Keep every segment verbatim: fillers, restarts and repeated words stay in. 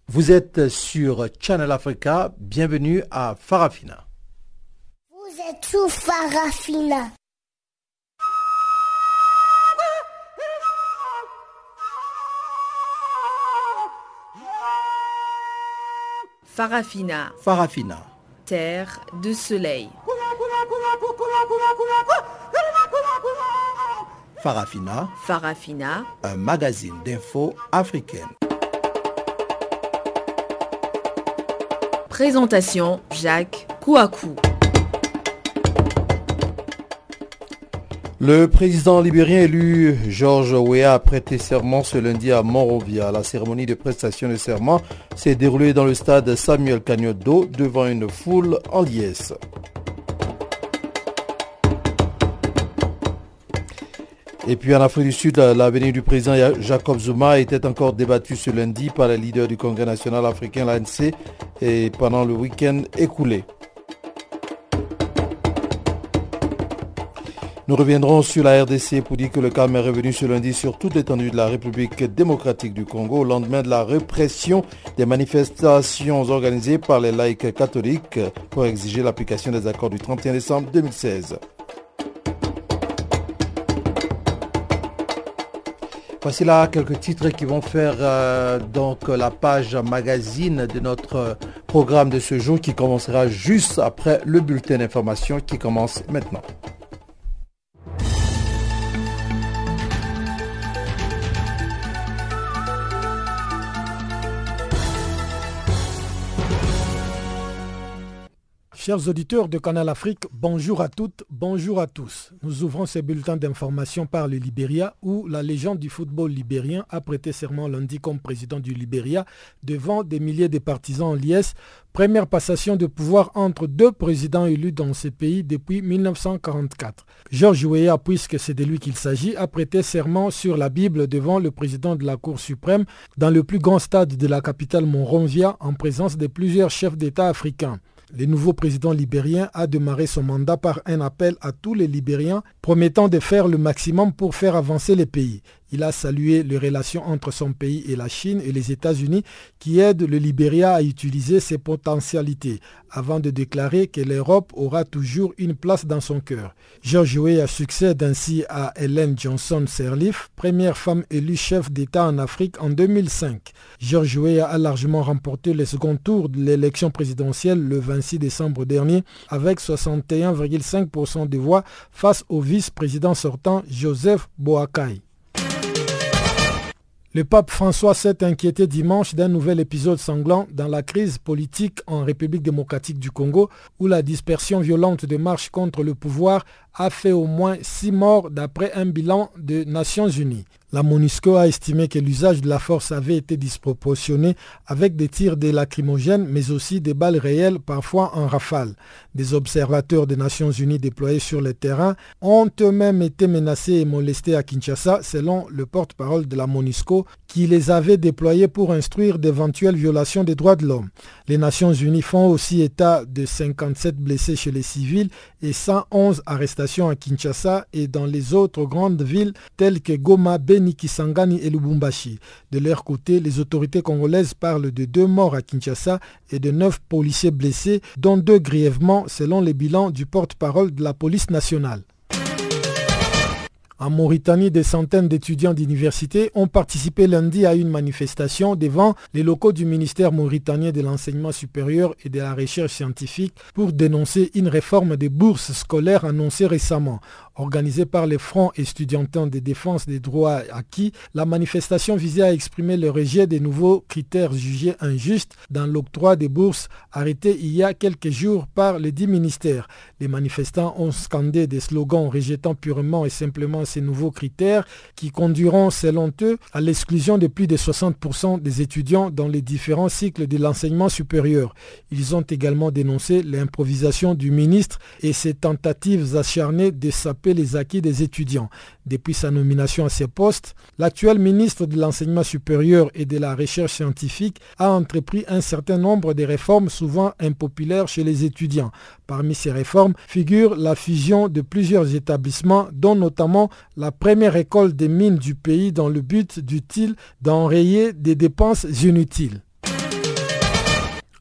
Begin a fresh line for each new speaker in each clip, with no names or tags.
Vous êtes sur Channel Africa, bienvenue à Farafina.
Vous êtes sous Farafina.
Farafina.
Farafina.
Terre de soleil.
Farafina.
Farafina.
Un magazine d'infos africaine.
Présentation Jacques Kouakou.
Le président libérien élu George Weah a prêté serment ce lundi à Monrovia. La cérémonie de prestation de serment s'est déroulée dans le stade Samuel Kagnodo devant une foule en liesse. Et puis en Afrique du Sud, l'avenir du président Jacob Zuma était encore débattu ce lundi par les leaders du Congrès national africain, l'A N C, et pendant le week-end écoulé. Nous reviendrons sur la R D C pour dire que le calme est revenu ce lundi sur toute l'étendue de la République démocratique du Congo au lendemain de la répression des manifestations organisées par les laïcs catholiques pour exiger l'application des accords du trente et un décembre deux mille seize. Voici là quelques titres qui vont faire euh, donc la page magazine de notre programme de ce jour qui commencera juste après le bulletin d'information qui commence maintenant.
Chers auditeurs de Canal Afrique, bonjour à toutes, bonjour à tous. Nous ouvrons ces bulletins d'information par le Libéria où la légende du football libérien a prêté serment lundi comme président du Libéria devant des milliers de partisans en liesse. Première passation de pouvoir entre deux présidents élus dans ce pays depuis mille neuf cent quarante-quatre. George Weah, puisque c'est de lui qu'il s'agit, a prêté serment sur la Bible devant le président de la Cour suprême dans le plus grand stade de la capitale Monrovia en présence de plusieurs chefs d'État africains. Le nouveau président libérien a démarré son mandat par un appel à tous les Libériens promettant de faire le maximum pour faire avancer le pays. Il a salué les relations entre son pays et la Chine et les États-Unis qui aident le Libéria à utiliser ses potentialités avant de déclarer que l'Europe aura toujours une place dans son cœur. George Weah succède ainsi à Ellen Johnson Sirleaf, première femme élue chef d'État en Afrique en deux mille cinq. George Weah a largement remporté le second tour de l'élection présidentielle le vingt-six décembre dernier avec soixante et un virgule cinq pour cent des voix face au vice-président sortant Joseph Boakai. Le pape François s'est inquiété dimanche d'un nouvel épisode sanglant dans la crise politique en République démocratique du Congo où la dispersion violente des marches contre le pouvoir a fait au moins six morts d'après un bilan des Nations Unies. La MONUSCO a estimé que l'usage de la force avait été disproportionné avec des tirs de lacrymogènes mais aussi des balles réelles parfois en rafale. Des observateurs des Nations Unies déployés sur le terrain ont eux-mêmes été menacés et molestés à Kinshasa selon le porte-parole de la MONUSCO qui les avait déployés pour instruire d'éventuelles violations des droits de l'homme. Les Nations Unies font aussi état de cinquante-sept blessés chez les civils et cent onze arrestations à Kinshasa et dans les autres grandes villes telles que Goma, Beni, Kisangani et Lubumbashi. De leur côté, les autorités congolaises parlent de deux morts à Kinshasa et de neuf policiers blessés, dont deux grièvement selon les bilans du porte-parole de la police nationale. En Mauritanie, des centaines d'étudiants d'université ont participé lundi à une manifestation devant les locaux du ministère mauritanien de l'enseignement supérieur et de la recherche scientifique pour dénoncer une réforme des bourses scolaires annoncée récemment. Organisée par les fronts estudiantins de défense des droits acquis, la manifestation visait à exprimer le rejet des nouveaux critères jugés injustes dans l'octroi des bourses arrêtés il y a quelques jours par les dix ministères. Les manifestants ont scandé des slogans rejetant purement et simplement ces nouveaux critères qui conduiront selon eux à l'exclusion de plus de soixante pour cent des étudiants dans les différents cycles de l'enseignement supérieur. Ils ont également dénoncé l'improvisation du ministre et ses tentatives acharnées de saper les acquis des étudiants. Depuis sa nomination à ce poste, l'actuel ministre de l'enseignement supérieur et de la recherche scientifique a entrepris un certain nombre de réformes souvent impopulaires chez les étudiants. Parmi ces réformes figure la fusion de plusieurs établissements, dont notamment la première école des mines du pays dans le but utile d'enrayer des dépenses inutiles.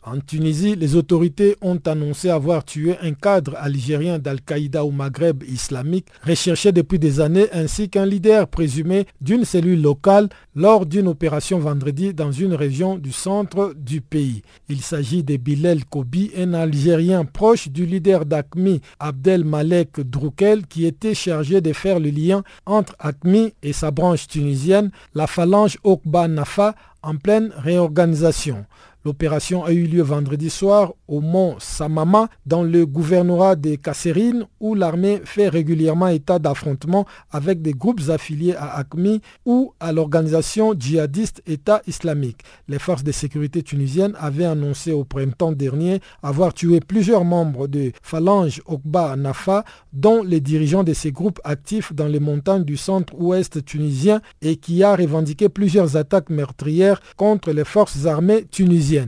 En Tunisie, les autorités ont annoncé avoir tué un cadre algérien d'Al-Qaïda au Maghreb islamique, recherché depuis des années, ainsi qu'un leader présumé d'une cellule locale lors d'une opération vendredi dans une région du centre du pays. Il s'agit de Bilal Kobi, un Algérien proche du leader d'Aqmi, Abdelmalek Droukel, qui était chargé de faire le lien entre Aqmi et sa branche tunisienne, la phalange Okba Nafa, en pleine réorganisation. L'opération a eu lieu vendredi soir au mont Samama, dans le gouvernorat de Kasserine, où l'armée fait régulièrement état d'affrontements avec des groupes affiliés à Aqmi ou à l'organisation djihadiste État islamique. Les forces de sécurité tunisiennes avaient annoncé au printemps dernier avoir tué plusieurs membres de Phalange Okba Nafa, dont les dirigeants de ces groupes actifs dans les montagnes du centre-ouest tunisien, et qui a revendiqué plusieurs attaques meurtrières contre les forces armées tunisiennes.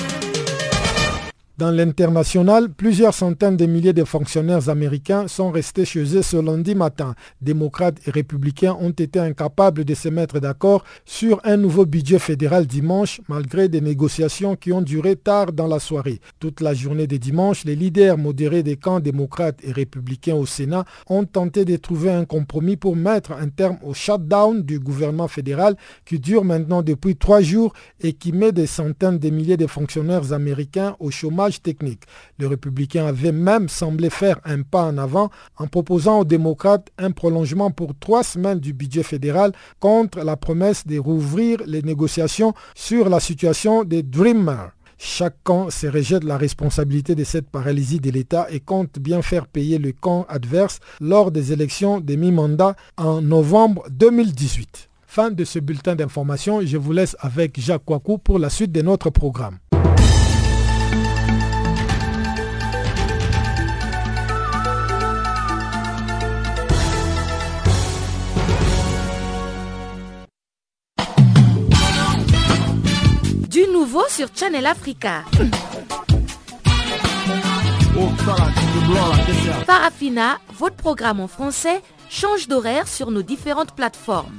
Dans l'international, plusieurs centaines de milliers de fonctionnaires américains sont restés chez eux ce lundi matin. Démocrates et républicains ont été incapables de se mettre d'accord sur un nouveau budget fédéral dimanche, malgré des négociations qui ont duré tard dans la soirée. Toute la journée de dimanche, les leaders modérés des camps démocrates et républicains au Sénat ont tenté de trouver un compromis pour mettre un terme au shutdown du gouvernement fédéral qui dure maintenant depuis trois jours et qui met des centaines de milliers de fonctionnaires américains au chômage technique. Les républicains avaient même semblé faire un pas en avant en proposant aux démocrates un prolongement pour trois semaines du budget fédéral contre la promesse de rouvrir les négociations sur la situation des Dreamers. Chaque camp se rejette la responsabilité de cette paralysie de l'État et compte bien faire payer le camp adverse lors des élections de mi-mandat en novembre deux mille dix-huit. Fin de ce bulletin d'information, je vous laisse avec Jacques Kouakou pour la suite de notre programme.
Du nouveau sur Channel Africa. Farafina, votre programme en français, change d'horaire sur nos différentes plateformes.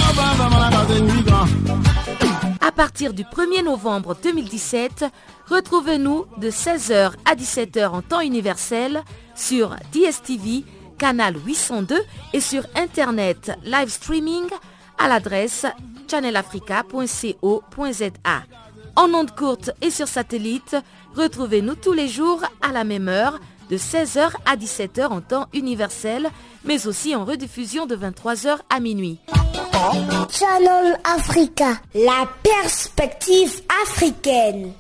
À partir du premier novembre deux mille dix-sept, retrouvez-nous de seize heures à dix-sept heures en temps universel sur D S T V, canal huit cent deux et sur Internet live streaming à l'adresse channel africa point co point za. En ondes courtes et sur satellite, retrouvez-nous tous les jours à la même heure, de seize heures à dix-sept heures en temps universel, mais aussi en rediffusion de vingt-trois heures à minuit.
Channel Africa, la perspective africaine.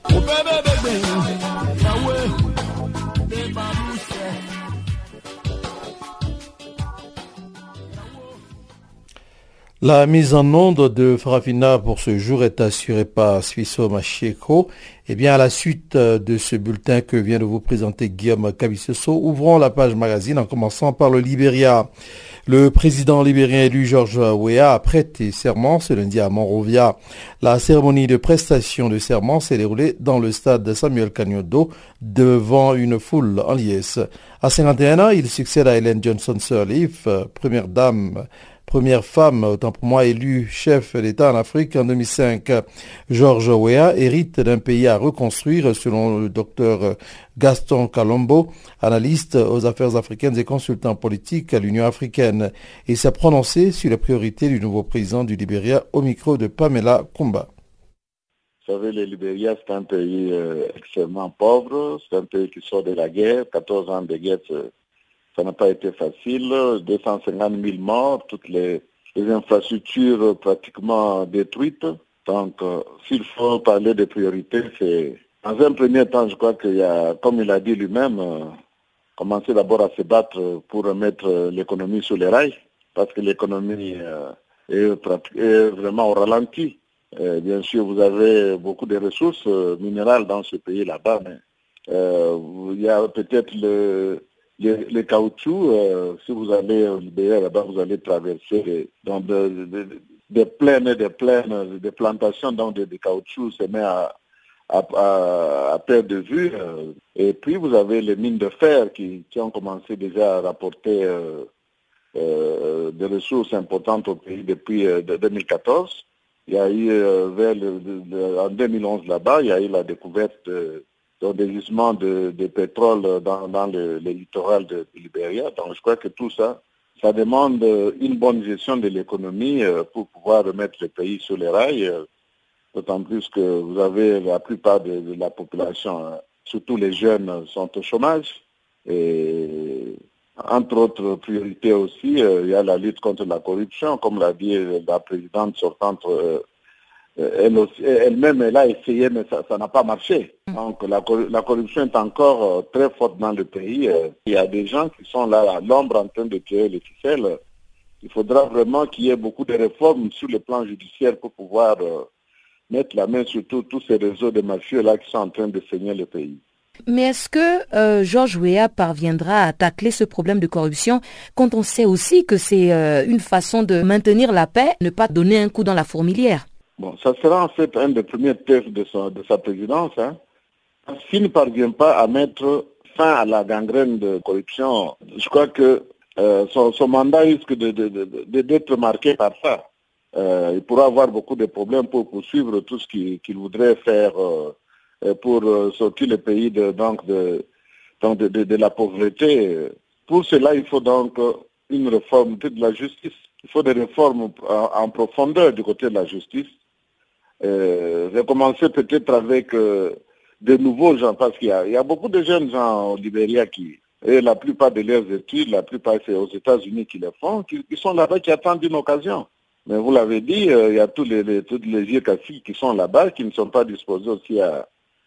La mise en onde de Farafina pour ce jour est assurée par Sfiso Machieko. Eh bien, à la suite de ce bulletin que vient de vous présenter Guillaume Kabissoso, ouvrons la page magazine en commençant par le Libéria. Le président libérien élu George Weah a prêté serment ce lundi à Monrovia. La cérémonie de prestation de serment s'est déroulée dans le stade Samuel Kagnodo devant une foule en liesse. À cinquante et un ans, il succède à Ellen Johnson Sirleaf, première dame Première femme, autant pour moi, élue chef d'État en Afrique en deux mille cinq. George Weah hérite d'un pays à reconstruire, selon le docteur Gaston Kalombo, analyste aux affaires africaines et consultant politique à l'Union africaine. Il s'est prononcé sur les priorités du nouveau président du Libéria au micro de Pamela Kumba.
Vous savez, le Libéria, c'est un pays euh, extrêmement pauvre, c'est un pays qui sort de la guerre, quatorze ans de guerre. Ça n'a pas été facile, deux cent cinquante mille morts, toutes les, les infrastructures pratiquement détruites. Donc, euh, s'il faut parler de priorités, c'est... Dans un premier temps, je crois qu'il y a, comme il a dit lui-même, euh, commencer d'abord à se battre pour remettre l'économie sur les rails, parce que l'économie euh, est, est vraiment au ralenti. Euh, bien sûr, vous avez beaucoup de ressources euh, minérales dans ce pays là-bas, mais euh, il y a peut-être le... Les, les caoutchoucs, euh, si vous allez au Libéria, là-bas, vous allez traverser des, dans des de, de, de plaines et des plaines, des plantations dans des, des caoutchoucs, se met à, à, à, à perte de vue. Euh, et puis, vous avez les mines de fer qui, qui ont commencé déjà à rapporter euh, euh, des ressources importantes au pays depuis euh, de deux mille quatorze. Il y a eu, euh, vers le, de, de, en deux mille onze là-bas, il y a eu la découverte de donc des gisements de, de pétrole dans, dans le, le littoral de, de Libéria. Donc je crois que tout ça, ça demande une bonne gestion de l'économie pour pouvoir remettre le pays sur les rails, d'autant plus que vous avez la plupart de, de la population, surtout les jeunes, sont au chômage. Et entre autres priorités aussi, il y a la lutte contre la corruption, comme l'a dit la présidente sortante. Elle aussi, elle-même, elle a essayé, mais ça n'a pas marché. Donc la, la corruption est encore euh, très forte dans le pays. Euh, il y a des gens qui sont là à l'ombre en train de tirer les ficelles. Il faudra vraiment qu'il y ait beaucoup de réformes sur le plan judiciaire pour pouvoir euh, mettre la main sur tout, tous ces réseaux de mafieux-là qui sont en train de saigner le pays.
Mais est-ce que euh, Georges Weah parviendra à tacler ce problème de corruption quand on sait aussi que c'est euh, une façon de maintenir la paix, ne pas donner un coup dans la fourmilière?
Bon, ça sera en fait un des premiers tests de, son, de sa présidence. Hein. S'il ne parvient pas à mettre fin à la gangrène de corruption, je crois que euh, son, son mandat risque de, de, de, de, d'être marqué par ça. Euh, il pourra avoir beaucoup de problèmes pour poursuivre tout ce qu'il, qu'il voudrait faire euh, pour euh, sortir le pays de, donc de, donc de, de, de la pauvreté. Pour cela, il faut donc une réforme de la justice. Il faut des réformes en, en profondeur du côté de la justice. Euh, j'ai commencé peut-être avec euh, de nouveaux gens, parce qu'il y a, il y a beaucoup de jeunes gens au Libéria qui, et la plupart de leurs études, la plupart c'est aux États-Unis qui les font, qui, qui sont là-bas, qui attendent une occasion. Mais vous l'avez dit, euh, il y a tous les, les, tous les vieux cassis qui sont là-bas, qui ne sont pas disposés aussi à,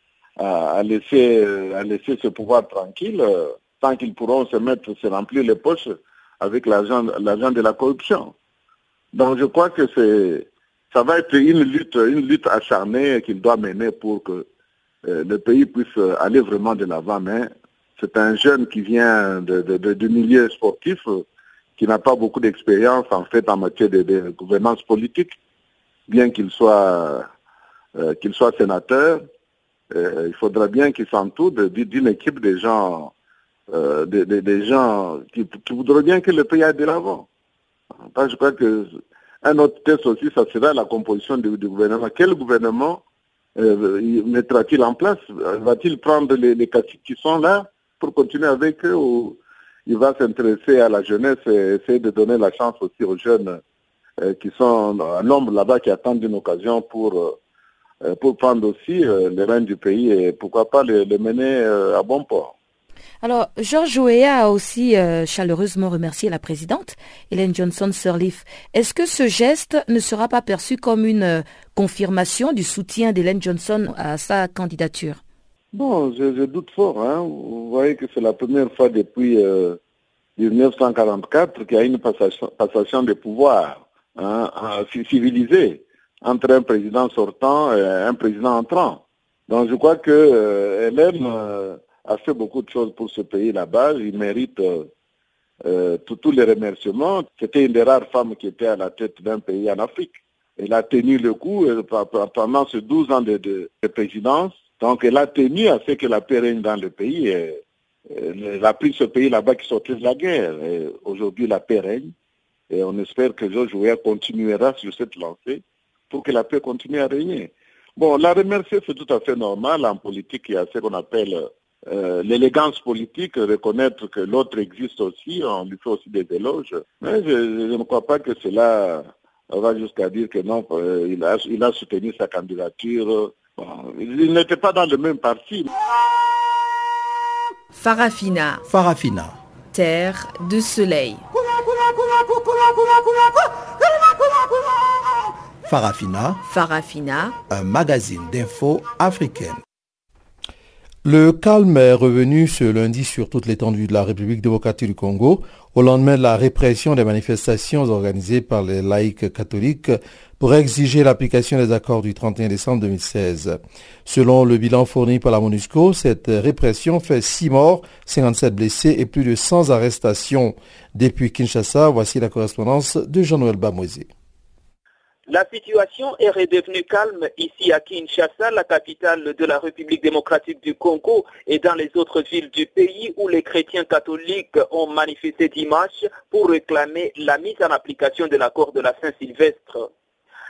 à, à, laisser, à laisser ce pouvoir tranquille, euh, tant qu'ils pourront se mettre, se remplir les poches avec l'argent, l'argent de la corruption. Donc je crois que c'est ça va être une lutte, une lutte acharnée qu'il doit mener pour que euh, le pays puisse aller vraiment de l'avant. Mais c'est un jeune qui vient de, de, de, du milieu sportif, euh, qui n'a pas beaucoup d'expérience en fait en matière de, de gouvernance politique, bien qu'il soit, euh, qu'il soit sénateur. Euh, il faudra bien qu'il s'entoure d'une équipe de gens, euh, de, de, de gens qui, qui voudraient bien que le pays aille de l'avant. Enfin, je crois que un autre test aussi, ça sera la composition du, du gouvernement. Quel gouvernement euh, mettra-t-il en place? Va-t-il prendre les, les caciques qui sont là pour continuer avec eux, ou il va s'intéresser à la jeunesse et essayer de donner la chance aussi aux jeunes euh, qui sont à l'ombre là-bas, qui attendent une occasion pour, euh, pour prendre aussi euh, les rênes du pays et pourquoi pas les, les mener euh, à bon port?
Alors, Georges Weah a aussi euh, chaleureusement remercié la présidente, Ellen Johnson Sirleaf. Est-ce que ce geste ne sera pas perçu comme une euh, confirmation du soutien d'Ellen Johnson à sa candidature?
Bon, je, je doute fort. Hein. Vous voyez que c'est la première fois depuis euh, dix-neuf cent quarante-quatre qu'il y a une passation, passation de pouvoir hein, civilisée entre un président sortant et un président entrant. Donc je crois que euh, Hélène euh, a fait beaucoup de choses pour ce pays là-bas. Il mérite euh, euh, tous les remerciements. C'était une des rares femmes qui était à la tête d'un pays en Afrique. Elle a tenu le coup euh, pendant ces douze ans de, de, de présidence. Donc elle a tenu à ce que la paix règne dans le pays. Et, elle a pris ce pays là-bas qui sortait de la guerre. Et aujourd'hui, la paix règne. Et on espère que Georges Weah continuera sur cette lancée pour que la paix continue à régner. Bon, la remercier, c'est tout à fait normal. En politique, il y a ce qu'on appelle euh, l'élégance politique, reconnaître que l'autre existe aussi. On lui fait aussi des éloges. Mais je, je ne crois pas que cela va jusqu'à dire que non, euh, il, a, il a soutenu sa candidature. Bon, il n'était pas dans le même parti.
Farafina.
Farafina.
Terre de soleil.
Farafina.
Farafina.
Un magazine d'infos africaine.
Le calme est revenu ce lundi sur toute l'étendue de la République démocratique du Congo, au lendemain de la répression des manifestations organisées par les laïcs catholiques pour exiger l'application des accords du trente et un décembre deux mille seize. Selon le bilan fourni par la MONUSCO, cette répression fait six morts, cinquante-sept blessés et plus de cent arrestations. Depuis Kinshasa, voici la correspondance de Jean-Noël Bamouezé.
La situation est redevenue calme ici à Kinshasa, la capitale de la République démocratique du Congo, et dans les autres villes du pays où les chrétiens catholiques ont manifesté dimanche pour réclamer la mise en application de l'accord de la Saint-Sylvestre.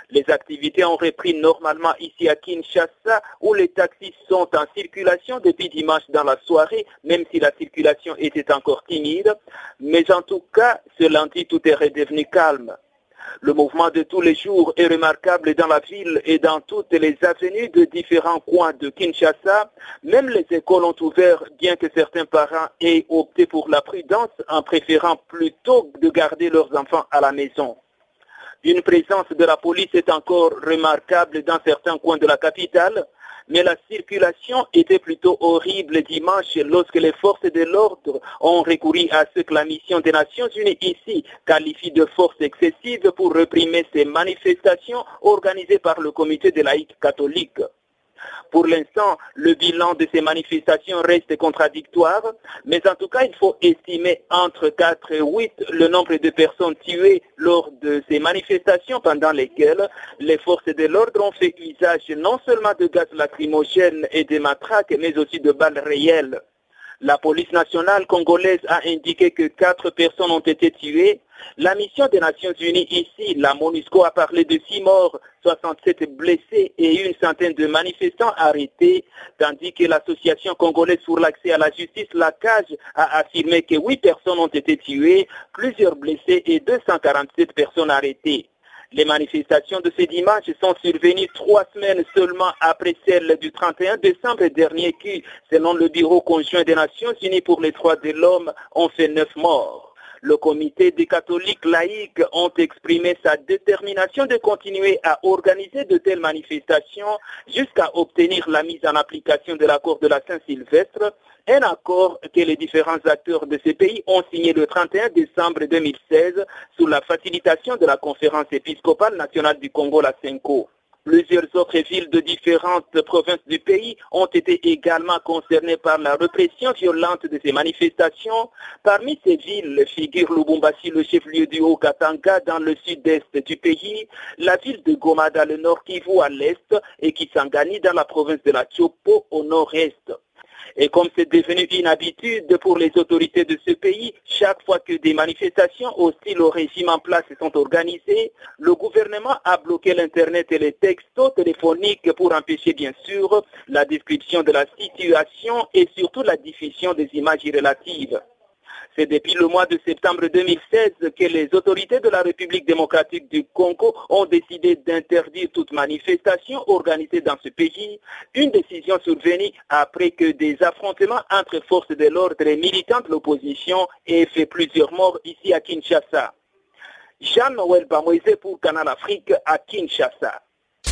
Les activités ont repris normalement ici à Kinshasa, où les taxis sont en circulation depuis dimanche dans la soirée, même si la circulation était encore timide. Mais en tout cas, ce lundi, tout est redevenu calme. Le mouvement de tous les jours est remarquable dans la ville et dans toutes les avenues de différents coins de Kinshasa. Même les écoles ont ouvert, bien que certains parents aient opté pour la prudence en préférant plutôt de garder leurs enfants à la maison. Une présence de la police est encore remarquable dans certains coins de la capitale, mais la circulation était plutôt horrible dimanche lorsque les forces de l'ordre ont recouru à ce que la mission des Nations Unies ici qualifie de force excessive pour réprimer ces manifestations organisées par le comité des laïcs catholiques. Pour l'instant, le bilan de ces manifestations reste contradictoire, mais en tout cas, il faut estimer entre quatre et huit le nombre de personnes tuées lors de ces manifestations pendant lesquelles les forces de l'ordre ont fait usage non seulement de gaz lacrymogènes et de matraques, mais aussi de balles réelles. La police nationale congolaise a indiqué que quatre personnes ont été tuées. La mission des Nations Unies ici, la MONUSCO, a parlé de six morts, soixante-sept blessés et une centaine de manifestants arrêtés, tandis que l'association congolaise pour l'accès à la justice, la C A J, a affirmé que huit personnes ont été tuées, plusieurs blessés et deux cent quarante-sept personnes arrêtées. Les manifestations de ce dimanche sont survenues trois semaines seulement après celles du trente et un décembre dernier qui, selon le Bureau conjoint des Nations Unies pour les droits de l'homme, ont fait neuf morts. Le comité des catholiques laïcs ont exprimé sa détermination de continuer à organiser de telles manifestations jusqu'à obtenir la mise en application de l'accord de la Saint-Sylvestre, un accord que les différents acteurs de ce pays ont signé le trente et un décembre deux mille seize sous la facilitation de la conférence épiscopale nationale du Congo, la CENCO. Plusieurs autres villes de différentes provinces du pays ont été également concernées par la répression violente de ces manifestations. Parmi ces villes figure Lubumbashi, le chef-lieu du Haut-Katanga dans le sud-est du pays, la ville de Goma dans le nord Kivu à l'est et Kisangani dans la province de la Chopo au nord-est. Et comme c'est devenu une habitude pour les autorités de ce pays, chaque fois que des manifestations hostiles au régime en place sont organisées, le gouvernement a bloqué l'Internet et les textos téléphoniques pour empêcher bien sûr la description de la situation et surtout la diffusion des images relatives. C'est depuis le mois de septembre deux mille seize que les autorités de la République démocratique du Congo ont décidé d'interdire toute manifestation organisée dans ce pays, une décision survenue après que des affrontements entre forces de l'ordre et militants de l'opposition aient fait plusieurs morts ici à Kinshasa. Jean-Noël Bamoise pour Canal Afrique à Kinshasa.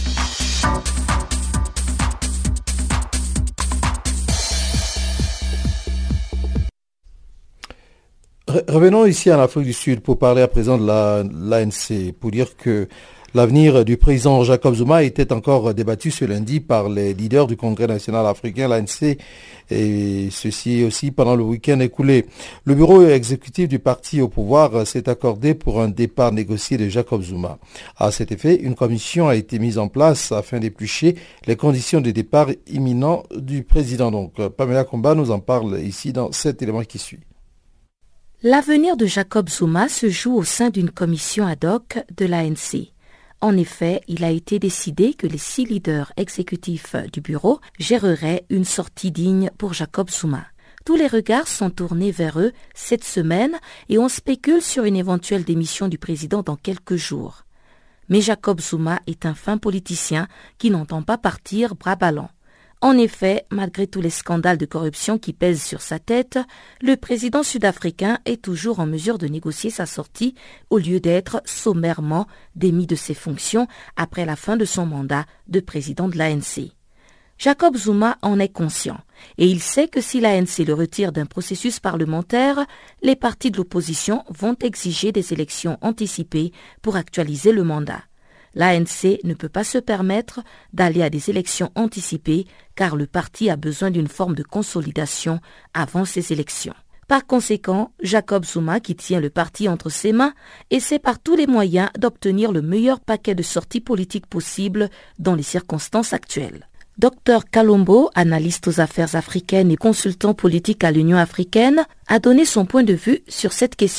Revenons ici en Afrique du Sud pour parler à présent de la, l'A N C, pour dire que l'avenir du président Jacob Zuma était encore débattu ce lundi par les leaders du Congrès national africain, l'A N C, et ceci aussi pendant le week-end écoulé. Le bureau exécutif du parti au pouvoir s'est accordé pour un départ négocié de Jacob Zuma. À cet effet, une commission a été mise en place afin d'éplucher les conditions de départ imminent du président. Donc, Pamela Komba nous en parle ici dans cet élément qui suit.
L'avenir de Jacob Zuma se joue au sein d'une commission ad hoc de l'A N C. En effet, il a été décidé que les six leaders exécutifs du bureau géreraient une sortie digne pour Jacob Zuma. Tous les regards sont tournés vers eux cette semaine et on spécule sur une éventuelle démission du président dans quelques jours. Mais Jacob Zuma est un fin politicien qui n'entend pas partir bras ballants. En effet, malgré tous les scandales de corruption qui pèsent sur sa tête, le président sud-africain est toujours en mesure de négocier sa sortie au lieu d'être sommairement démis de ses fonctions après la fin de son mandat de président de l'A N C. Jacob Zuma en est conscient et il sait que si l'A N C le retire d'un processus parlementaire, les partis de l'opposition vont exiger des élections anticipées pour actualiser le mandat. L'A N C ne peut pas se permettre d'aller à des élections anticipées car le parti a besoin d'une forme de consolidation avant ces élections. Par conséquent, Jacob Zuma, qui tient le parti entre ses mains, essaie par tous les moyens d'obtenir le meilleur paquet de sorties politiques possible dans les circonstances actuelles. Docteur Kalombo, analyste aux affaires africaines et consultant politique à l'Union africaine, a donné son point de vue sur cette question.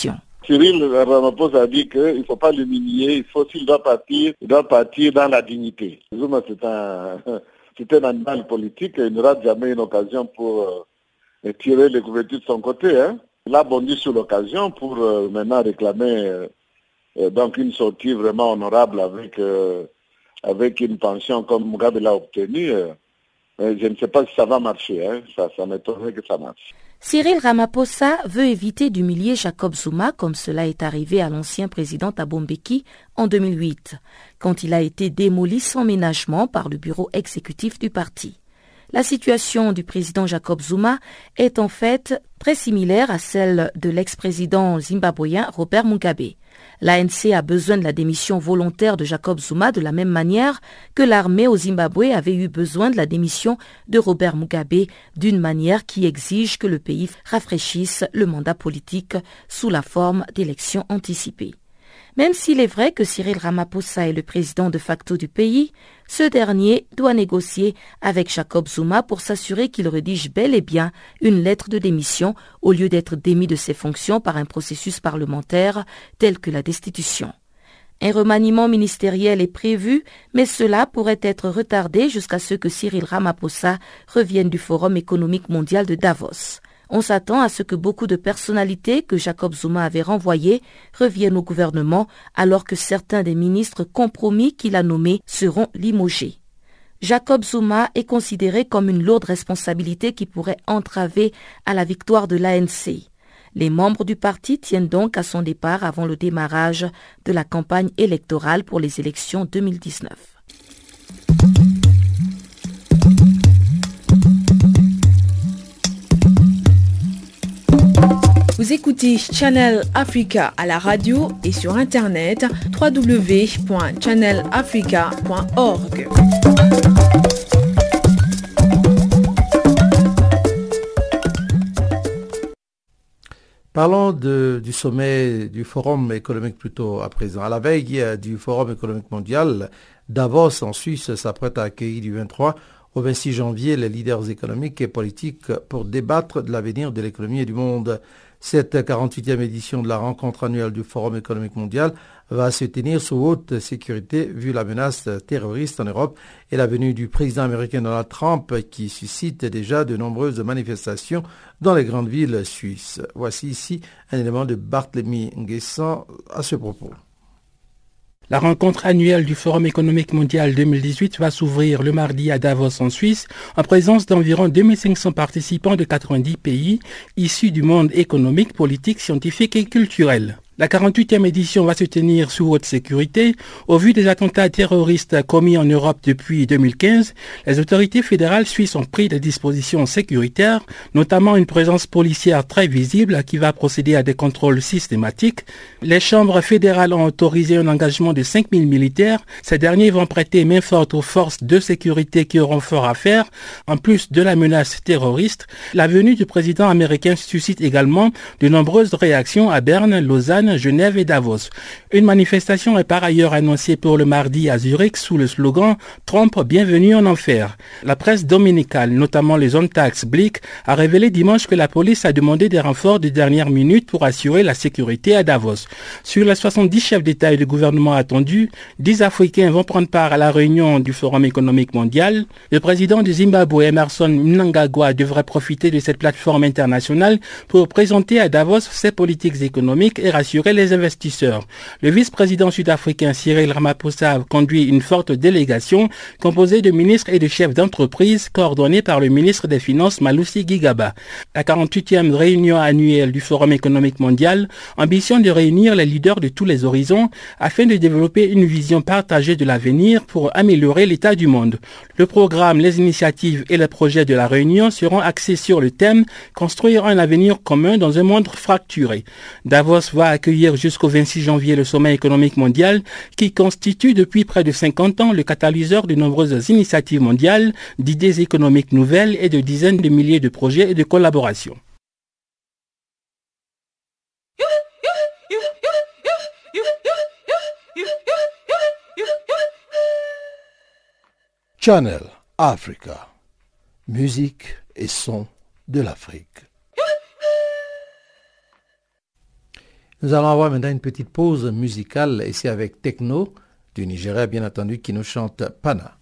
Cyril Ramaphosa a dit qu'il ne faut pas l'humilier, il faut, s'il doit partir, il doit partir dans la dignité. Zuma, c'est un, c'est un animal politique, il ne rate jamais une occasion pour euh, tirer les couvertures de son côté. Hein. Il a bondi sur l'occasion pour euh, maintenant réclamer euh, donc une sortie vraiment honorable avec, euh, avec une pension comme Mugabe l'a obtenue. Euh, je ne sais pas si ça va marcher, hein. ça, ça m'étonnerait que ça marche.
Cyril Ramaphosa veut éviter d'humilier Jacob Zuma comme cela est arrivé à l'ancien président Thabo Mbeki en deux mille huit, quand il a été démoli sans ménagement par le bureau exécutif du parti. La situation du président Jacob Zuma est en fait très similaire à celle de l'ex-président zimbabwéen Robert Mugabe. L'A N C a besoin de la démission volontaire de Jacob Zuma de la même manière que l'armée au Zimbabwe avait eu besoin de la démission de Robert Mugabe d'une manière qui exige que le pays rafraîchisse le mandat politique sous la forme d'élections anticipées. Même s'il est vrai que Cyril Ramaphosa est le président de facto du pays, ce dernier doit négocier avec Jacob Zuma pour s'assurer qu'il rédige bel et bien une lettre de démission au lieu d'être démis de ses fonctions par un processus parlementaire tel que la destitution. Un remaniement ministériel est prévu, mais cela pourrait être retardé jusqu'à ce que Cyril Ramaphosa revienne du Forum économique mondial de Davos. On s'attend à ce que beaucoup de personnalités que Jacob Zuma avait renvoyées reviennent au gouvernement alors que certains des ministres compromis qu'il a nommés seront limogés. Jacob Zuma est considéré comme une lourde responsabilité qui pourrait entraver à la victoire de l'A N C. Les membres du parti tiennent donc à son départ avant le démarrage de la campagne électorale pour les élections deux mille dix-neuf.
Vous écoutez Channel Africa à la radio et sur internet w w w point channel africa point org.
Parlons de, du sommet du Forum économique plutôt à présent. À la veille du Forum économique mondial, Davos en Suisse s'apprête à accueillir du vingt-trois au vingt-six janvier les leaders économiques et politiques pour débattre de l'avenir de l'économie et du monde. Cette quarante-huitième édition de la rencontre annuelle du Forum économique mondial va se tenir sous haute sécurité vu la menace terroriste en Europe et la venue du président américain Donald Trump qui suscite déjà de nombreuses manifestations dans les grandes villes suisses. Voici ici un élément de Barthélemy Nguessan à ce propos.
La rencontre annuelle du Forum économique mondial deux mille dix-huit va s'ouvrir le mardi à Davos en Suisse en présence d'environ deux mille cinq cents participants de quatre-vingt-dix pays issus du monde économique, politique, scientifique et culturel. La quarante-huitième édition va se tenir sous haute sécurité. Au vu des attentats terroristes commis en Europe depuis deux mille quinze, les autorités fédérales suisses ont pris des dispositions sécuritaires, notamment une présence policière très visible qui va procéder à des contrôles systématiques. Les chambres fédérales ont autorisé un engagement de cinq mille militaires. Ces derniers vont prêter main forte aux forces de sécurité qui auront fort à faire. En plus de la menace terroriste, la venue du président américain suscite également de nombreuses réactions à Berne, Lausanne, Genève et Davos. Une manifestation est par ailleurs annoncée pour le mardi à Zurich sous le slogan « Trump, bienvenue en enfer ». La presse dominicale, notamment les Zontags Blick, a révélé dimanche que la police a demandé des renforts de dernière minute pour assurer la sécurité à Davos. Sur les soixante-dix chefs d'État et de gouvernement attendus, dix Africains vont prendre part à la réunion du Forum économique mondial. Le président du Zimbabwe, Emmerson Mnangagwa, devrait profiter de cette plateforme internationale pour présenter à Davos ses politiques économiques et rassurer les investisseurs. Le vice-président sud-africain Cyril Ramaphosa conduit une forte délégation composée de ministres et de chefs d'entreprise coordonnée par le ministre des Finances Malusi Gigaba. La quarante-huitième réunion annuelle du Forum économique mondial ambitionne de réunir les leaders de tous les horizons afin de développer une vision partagée de l'avenir pour améliorer l'état du monde. Le programme, les initiatives et les projets de la réunion seront axés sur le thème « Construire un avenir commun dans un monde fracturé ». Davos va accueillir jusqu'au vingt-six janvier le sommet économique mondial qui constitue depuis près de cinquante ans le catalyseur de nombreuses initiatives mondiales, d'idées économiques nouvelles et de dizaines de milliers de projets et de collaborations.
Channel Africa, musique et son de l'Afrique. Nous allons avoir maintenant une petite pause musicale ici avec Techno du Nigeria, bien entendu, qui nous chante Pana.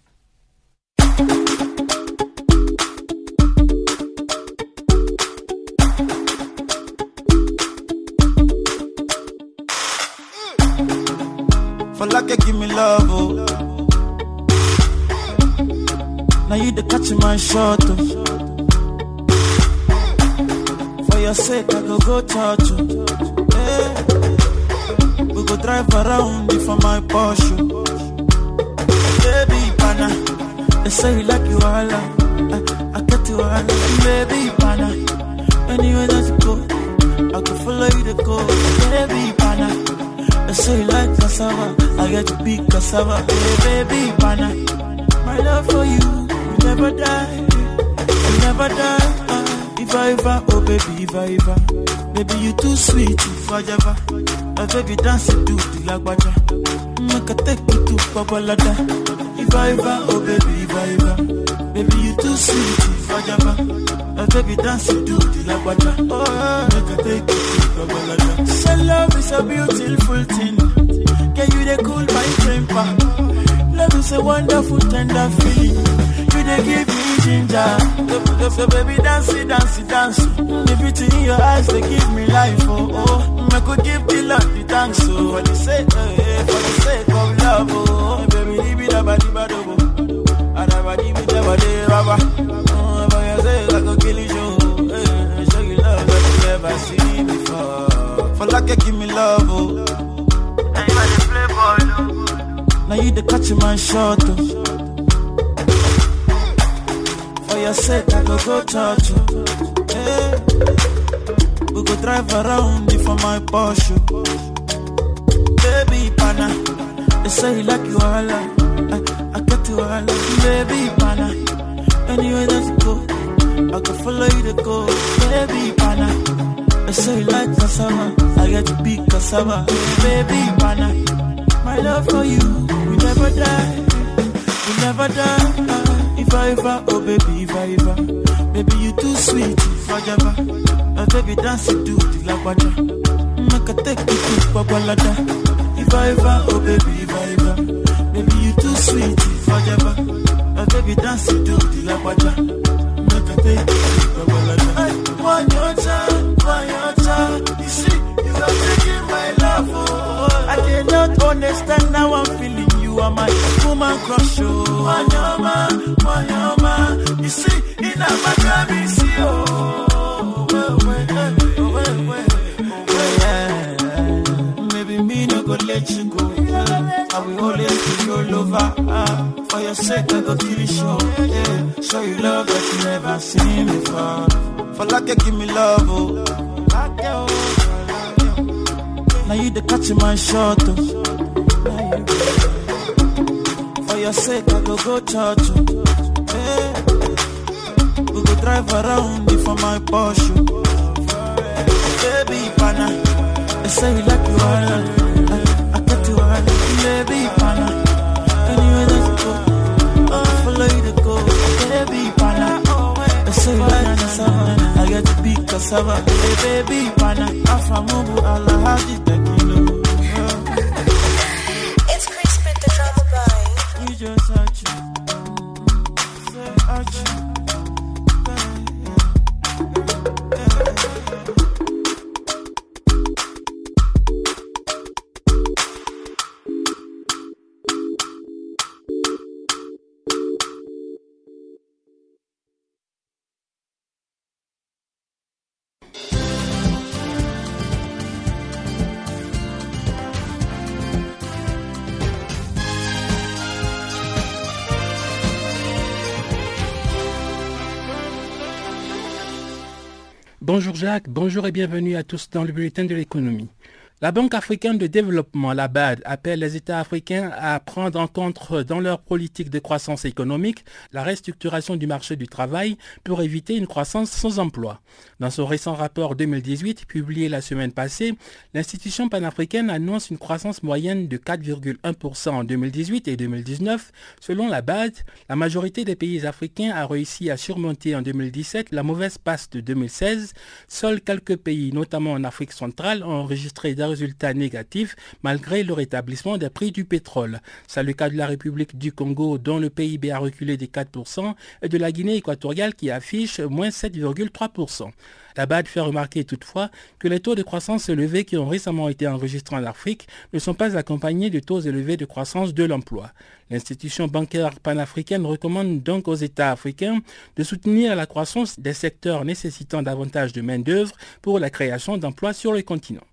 For like give me love, oh. Now you the catch my shot, oh. For your sake I go go touch you, hey. We go drive around for my Porsche. Baby pana, they say you like you all, I, I get you all. Baby pana, anywhere that you go, I can follow you to go. Baby pana, I say you like cassava, I get to be cassava. Hey, baby, pana, my love for you, you never die, you never die. Uh, if I ever, oh baby, if I ever, baby you too sweet, if I ever, uh, baby dance it to the lagwaja, make a take you to Babalada. If I ever, oh baby, if I ever, baby you too sweet, if I ever, uh, baby dance it to the lagwaja, oh make a take you to Babalada. So love is a beautiful thing. Can you they cool my temper? Love is a wonderful tender feeling. You they give me ginger. So, so baby dance it, dance it, dance it. The beauty in your eyes they give me life. Oh oh, I could give the Lord the thanks. Oh, for the sake, eh, for the sake of love. Oh, baby, leave it up, body, body, body. I never give it up, body, baba. Oh, for your sake, I could kill you. Eh, show you love that you never seen before. For like you give me love, oh. Now you the playboy, no. Now you the catch my shot, oh. For your sake, I go go touch you. Hey. We go drive around for my Porsche. Baby pana, they say you like you all, I, I get you all. Baby pana, anywhere that you go, I can follow you to go. Baby pana, I say you like cassava, I get to be cassava. Baby, pana, my love for you, we never die, we never die. Uh, if I ever, oh baby, if I ever, baby you too sweet, if I ever, uh, baby dance it to the lagwaja, make a take you to Babalada. If I ever, oh baby, if I ever, baby you too sweet, if I ever, uh, baby dance it to the lagwaja, make a take you to Babalada. I want your time. You see, you are taking my love, oh. I cannot understand how I'm feeling. You are my woman crush, oh. Wanyama, wanyama. You see, in a magami, see, oh. Well, well, well, well, well, well. Maybe me no go let you go. I will always be your lover. Uh, for your sake, I go kill you, show. Yeah. Show you love that you never seen before. For like you give me love, oh. Now you the catch my shot, oh. For your sake I go go touch you. Hey. We go drive around for my Porsche. Baby pana, they say you like you all, I, I get you all. Baby pana, anywhere that you go, I follow you to go. Baby pana, they say you like cassava, I get to be cassava. Hey baby pana, Afamubu Allah Haji Tekilo.
It's Chris with the drama boy.
You just touch you, say touch you.
Bonjour Jacques, bonjour et bienvenue à tous dans le bulletin de l'économie. La Banque africaine de développement, la B A D, appelle les États africains à prendre en compte dans leur politique de croissance économique la restructuration du marché du travail pour éviter une croissance sans emploi. Dans son récent rapport deux mille dix-huit, publié la semaine passée, l'institution panafricaine annonce une croissance moyenne de quatre virgule un pour cent en deux mille dix-huit et deux mille dix-neuf. Selon la B A D, la majorité des pays africains a réussi à surmonter en deux mille dix-sept la mauvaise passe de deux mille seize. Seuls quelques pays, notamment en Afrique centrale, ont enregistré des résultats négatifs malgré le rétablissement des prix du pétrole. C'est le cas de la République du Congo dont le P I B a reculé de quatre pour cent et de la Guinée équatoriale qui affiche moins sept virgule trois pour cent. La B A D fait remarquer toutefois que les taux de croissance élevés qui ont récemment été enregistrés en Afrique ne sont pas accompagnés de taux élevés de croissance de l'emploi. L'institution bancaire panafricaine recommande donc aux États africains de soutenir la croissance des secteurs nécessitant davantage de main-d'œuvre pour la création d'emplois sur le continent.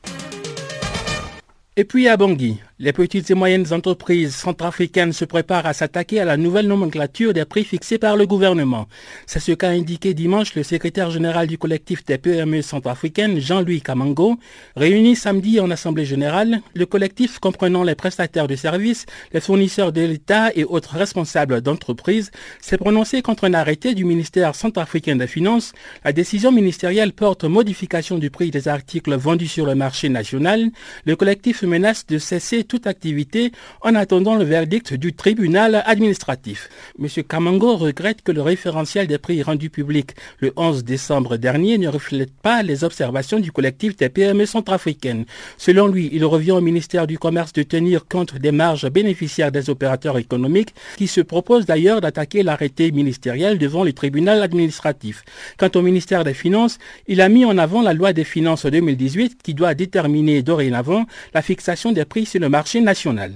Et puis à Bangui, les petites et moyennes entreprises centrafricaines se préparent à s'attaquer à la nouvelle nomenclature des prix fixés par le gouvernement. C'est ce qu'a indiqué dimanche le secrétaire général du collectif des P M E centrafricaines, Jean-Louis Kamango, réuni samedi en assemblée générale. Le collectif comprenant les prestataires de services, les fournisseurs de l'État et autres responsables d'entreprises s'est prononcé contre un arrêté du ministère centrafricain des Finances. La décision ministérielle porte modification du prix des articles vendus sur le marché national. Le collectif menace de cesser toute activité en attendant le verdict du tribunal administratif. M. Kamango regrette que le référentiel des prix rendu public le onze décembre dernier ne reflète pas les observations du collectif des P M E centrafricaines. Selon lui, il revient au ministère du Commerce de tenir compte des marges bénéficiaires des opérateurs économiques qui se proposent d'ailleurs d'attaquer l'arrêté ministériel devant le tribunal administratif. Quant au ministère des Finances, il a mis en avant la loi des finances deux mille dix-huit qui doit déterminer dorénavant la fixation des prix sur le marché national.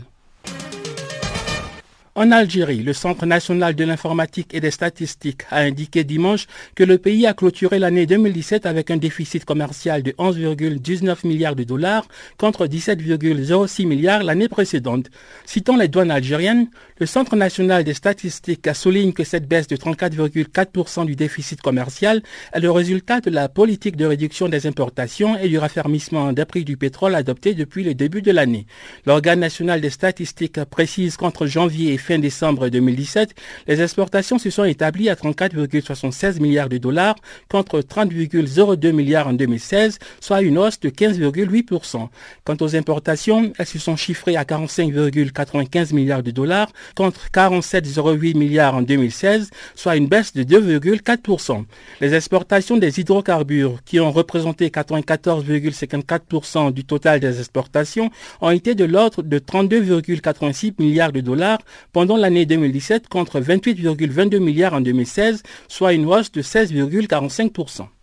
En Algérie, le Centre national de l'informatique et des statistiques a indiqué dimanche que le pays a clôturé l'année deux mille dix-sept avec un déficit commercial de onze virgule dix-neuf milliards de dollars contre dix-sept virgule zéro six milliards l'année précédente. Citant les douanes algériennes, le Centre national des statistiques souligne que cette baisse de trente-quatre virgule quatre pour cent du déficit commercial est le résultat de la politique de réduction des importations et du raffermissement des prix du pétrole adopté depuis le début de l'année. L'organe national des statistiques précise qu'entre janvier et fin décembre deux mille dix-sept, les exportations se sont établies à trente-quatre virgule soixante-seize milliards de dollars contre trente virgule zéro deux milliards en deux mille seize, soit une hausse de quinze virgule huit pour cent. Quant aux importations, elles se sont chiffrées à quarante-cinq virgule quatre-vingt-quinze milliards de dollars contre quarante-sept virgule zéro huit milliards en deux mille seize, soit une baisse de deux virgule quatre pour cent. Les exportations des hydrocarbures, qui ont représenté quatre-vingt-quatorze virgule cinquante-quatre pour cent du total des exportations, ont été de l'ordre de trente-deux virgule quatre-vingt-six milliards de dollars pendant l'année deux mille dix-sept contre vingt-huit virgule vingt-deux milliards en deux mille seize, soit une hausse de seize virgule quarante-cinq pour cent.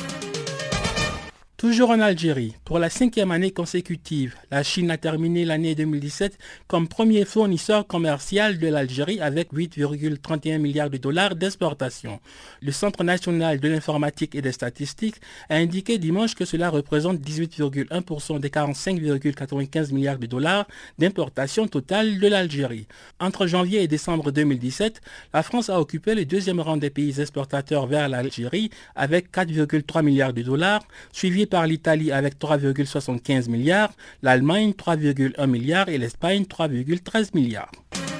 Toujours en Algérie, pour la cinquième année consécutive, la Chine a terminé l'année deux mille dix-sept comme premier fournisseur commercial de l'Algérie avec huit virgule trente et un milliards de dollars d'exportation. Le Centre national de l'informatique et des statistiques a indiqué dimanche que cela représente dix-huit virgule un pour cent des quarante-cinq virgule quatre-vingt-quinze milliards de dollars d'importation totale de l'Algérie. Entre janvier et décembre deux mille dix-sept, la France a occupé le deuxième rang des pays exportateurs vers l'Algérie avec quatre virgule trois milliards de dollars, suivi par l'Italie avec trois virgule soixante-quinze milliards, l'Allemagne trois virgule un milliard et l'Espagne trois virgule treize milliards.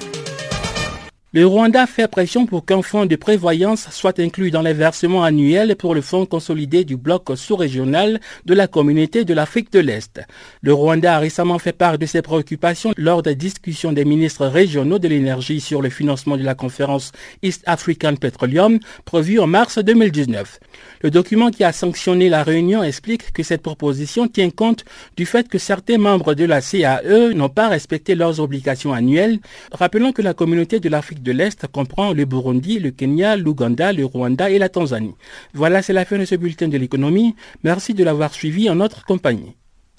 Le Rwanda fait pression pour qu'un fonds de prévoyance soit inclus dans les versements annuels pour le fonds consolidé du bloc sous-régional de la communauté de l'Afrique de l'Est. Le Rwanda a récemment fait part de ses préoccupations lors des discussions des ministres régionaux de l'énergie sur le financement de la conférence East African Petroleum prévue en mars deux mille dix-neuf. Le document qui a sanctionné la réunion explique que cette proposition tient compte du fait que certains membres de la C A E n'ont pas respecté leurs obligations annuelles. Rappelons que la communauté de l'Afrique de l'Est comprend le Burundi, le Kenya, l'Ouganda, le Rwanda et la Tanzanie. Voilà, c'est la fin de ce bulletin de l'économie. Merci de l'avoir suivi en notre compagnie.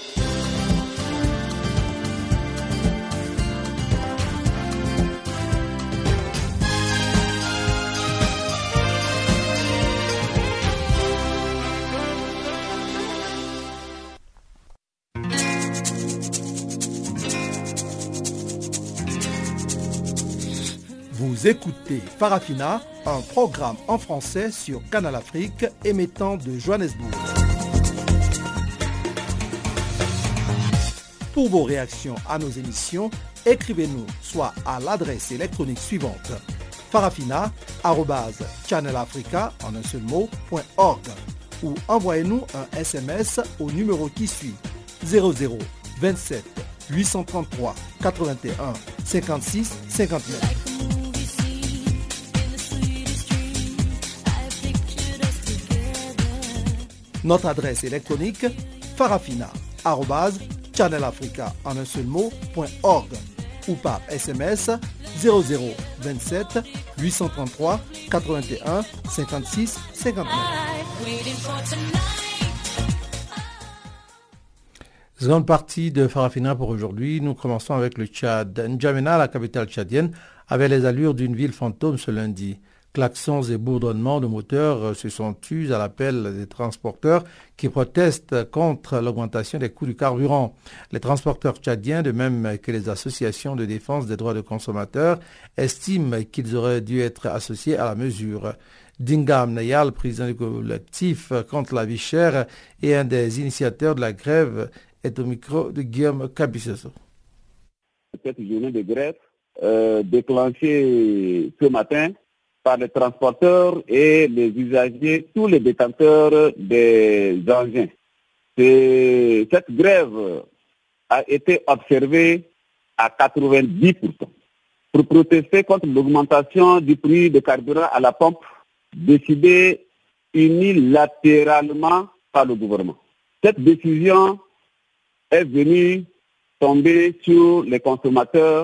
Vous écoutez Farafina, un programme en français sur Canal Afrique émettant de Johannesburg. Pour vos réactions à nos émissions, écrivez-nous soit à l'adresse électronique suivante farafina arobase channelafrica en un seul mot point org ou envoyez-nous un S M S au numéro qui suit zéro zéro vingt-sept huit cent trente-trois quatre-vingt-un cinquante-six cinquante-neuf. Notre adresse électronique farafina arobase channel africa en un seul mot, point org ou par S M S zéro zéro vingt-sept huit cent trente-trois quatre-vingt-un cinquante-six cinquante-neuf.
Seconde partie de Farafina pour aujourd'hui. Nous commençons avec le Tchad. N'Djamena, la capitale tchadienne, avait les allures d'une ville fantôme ce lundi. Klaxons et bourdonnements de moteurs se sont tus à l'appel des transporteurs qui protestent contre l'augmentation des coûts du carburant. Les transporteurs tchadiens, de même que les associations de défense des droits de consommateurs, estiment qu'ils auraient dû être associés à la mesure. Dingam Nayal, président du collectif contre la vie chère et un des initiateurs de la grève, est au micro de Guillaume Kabissoso.
Cette journée de grève euh, déclenchée ce matin par les transporteurs et les usagers, tous les détenteurs des engins. C'est, cette grève a été observée à quatre-vingt-dix pour cent pour protester contre l'augmentation du prix de carburant à la pompe décidée unilatéralement par le gouvernement. Cette décision est venue tomber sur les consommateurs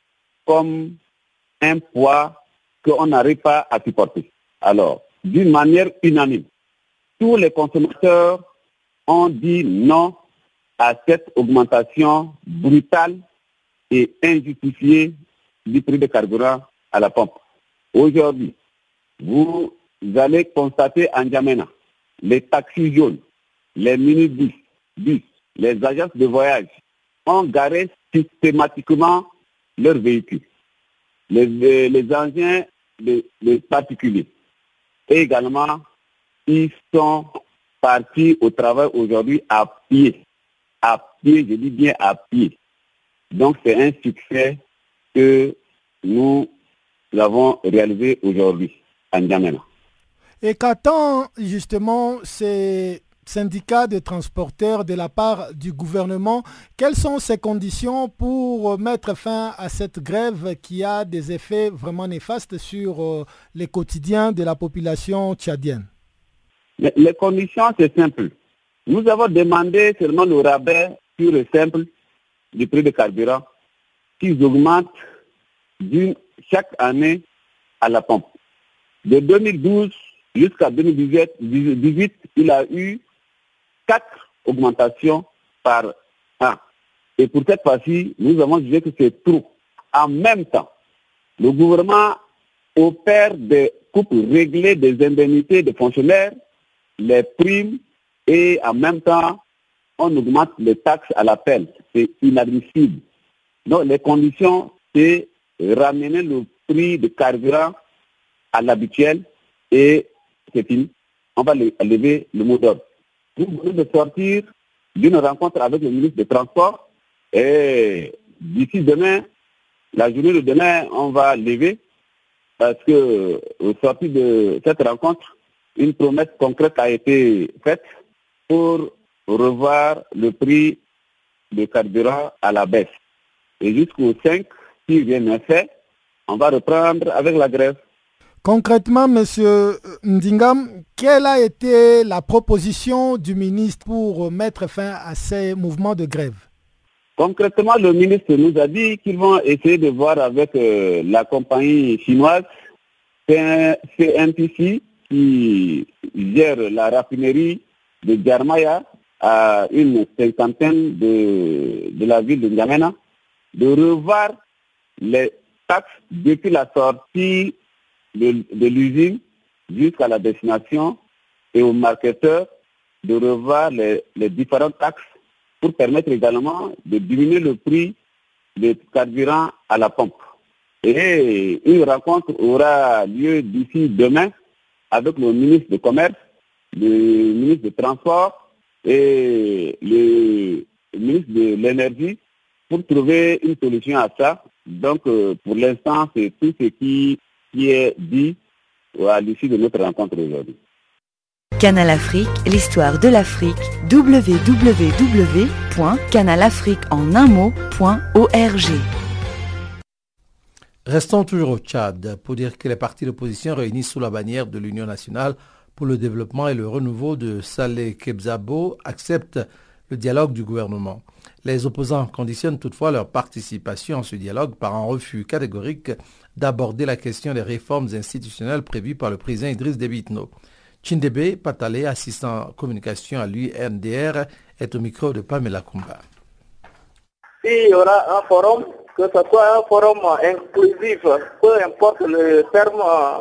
comme un poids qu'on n'arrive pas à supporter. Alors, d'une manière unanime, tous les consommateurs ont dit non à cette augmentation brutale et injustifiée du prix de carburant à la pompe. Aujourd'hui, vous allez constater en N'Djamena, les taxis jaunes, les minibus, bus, les agences de voyage ont garé systématiquement leurs véhicules. Les, les, les engins Les, les particuliers. Et également, ils sont partis au travail aujourd'hui à pied. À pied, je dis bien à pied. Donc, c'est un succès que nous avons réalisé aujourd'hui à N'Djamena.
Et qu'attend justement ces syndicats de transporteurs de la part du gouvernement? Quelles sont ces conditions pour mettre fin à cette grève qui a des effets vraiment néfastes sur euh, les quotidiens de la population tchadienne?
Les, les conditions, c'est simple. Nous avons demandé seulement le rabais pur et simple du prix de carburant qu'ils augmentent d'une, chaque année à la pompe. De deux mille douze jusqu'à deux mille dix-huit, il a eu quatre augmentations par an. Et pour cette fois-ci, nous avons jugé que c'est trop. En même temps, le gouvernement opère des coupes réglées des indemnités des fonctionnaires, les primes, et en même temps, on augmente les taxes à l'appel. C'est inadmissible. Donc, les conditions, c'est ramener le prix de carburant à l'habituel et c'est fini. On va lever le mot d'ordre. Nous venons de sortir d'une rencontre avec le ministre des Transports et d'ici demain, la journée de demain, on va lever parce que au sortir de cette rencontre, une promesse concrète a été faite pour revoir le prix de carburant à la baisse. Et jusqu'au cinq, si rien n'est fait, on va reprendre avec la grève.
Concrètement, M. Ndingam, quelle a été la proposition du ministre pour mettre fin à ces mouvements de grève?
Concrètement, le ministre nous a dit qu'ils vont essayer de voir avec euh, la compagnie chinoise C N P C qui gère la raffinerie de Djarmaya à une cinquantaine de, de la ville de N'Djamena, de revoir les taxes depuis la sortie de, de l'usine jusqu'à la destination et aux marketeurs de revoir les, les différentes taxes pour permettre également de diminuer le prix des carburants à la pompe. Et une rencontre aura lieu d'ici demain avec le ministre du Commerce, le ministre des Transports et le ministre de l'Énergie pour trouver une solution à ça. Donc, euh, pour l'instant, c'est tout ce qui, qui est dit à l'issue de notre rencontre aujourd'hui.
Canal Afrique, l'histoire de l'Afrique, w w w point canal afrique en un mot point org.
Restons toujours au Tchad pour dire que les partis d'opposition réunis sous la bannière de l'Union nationale pour le développement et le renouveau de Saleh Kebzabo acceptent le dialogue du gouvernement. Les opposants conditionnent toutefois leur participation à ce dialogue par un refus catégorique d'aborder la question des réformes institutionnelles prévues par le président Idriss Déby Itno. Chindebe Patale, assistant communication à l'U N D R, est au micro de Pamela Kumba.
S'il y aura un forum, que ce soit un forum inclusif, peu importe le terme,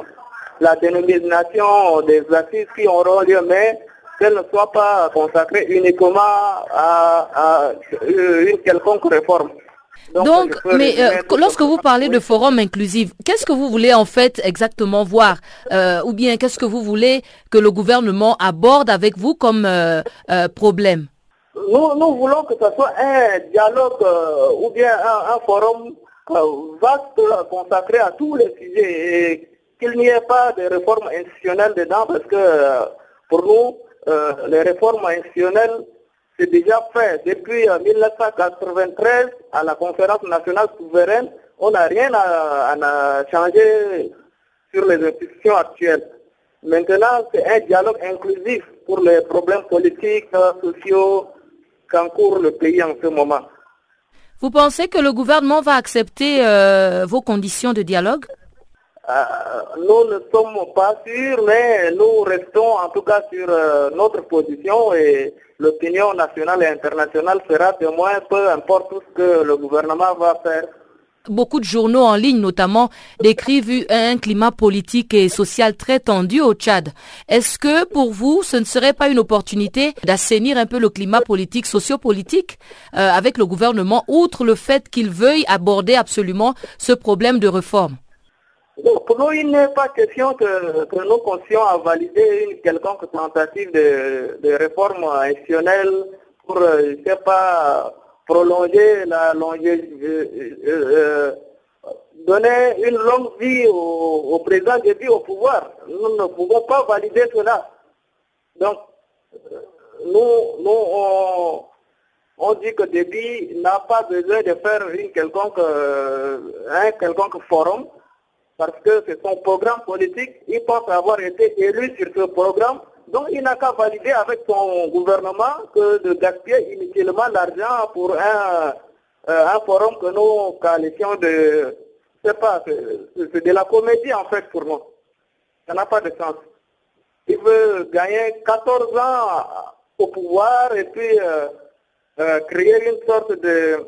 la dénomination des assises qui auront lieu, mais qu'elle ne soit pas consacrée uniquement à, à une quelconque réforme.
Donc, Donc mais euh, lorsque vous parlez de forum inclusif, qu'est-ce que vous voulez en fait exactement voir euh, ou bien qu'est-ce que vous voulez que le gouvernement aborde avec vous comme euh, euh, problème?
Nous, nous voulons que ce soit un dialogue euh, ou bien un, un forum euh, vaste consacré à tous les sujets et qu'il n'y ait pas de réformes institutionnelles dedans parce que euh, pour nous, euh, les réformes institutionnelles, c'est déjà fait. Depuis euh, mille neuf cent quatre-vingt-treize, à la conférence nationale souveraine, on n'a rien à, à changer sur les institutions actuelles. Maintenant, c'est un dialogue inclusif pour les problèmes politiques, sociaux, qu'encourt le pays en ce moment.
Vous pensez que le gouvernement va accepter euh, vos conditions de dialogue?
euh, Nous ne sommes pas sûrs, mais nous restons en tout cas sur euh, notre position et l'opinion nationale et internationale sera témoin, peu importe tout ce que le gouvernement va faire.
Beaucoup de journaux en ligne notamment décrivent un climat politique et social très tendu au Tchad. Est-ce que pour vous, ce ne serait pas une opportunité d'assainir un peu le climat politique, socio-politique euh, avec le gouvernement, outre le fait qu'il veuille aborder absolument ce problème de réforme?
Donc, pour nous, il n'est pas question que, que nous conscions à valider une quelconque tentative de, de réforme institutionnelle pour, je ne sais pas, prolonger la longévité, euh, euh, donner une longue vie au, au président Déby au pouvoir. Nous ne pouvons pas valider cela. Donc, nous, nous on, on dit que Déby n'a pas besoin de faire une quelconque, euh, un quelconque forum parce que c'est son programme politique. Il pense avoir été élu sur ce programme. Donc, il n'a qu'à valider avec son gouvernement que de gaspiller inutilement l'argent pour un, euh, un forum que nous qualifions de, je sais pas, c'est de la comédie en fait pour nous. Ça n'a pas de sens. Il veut gagner quatorze ans au pouvoir et puis euh, euh, créer une sorte de, euh,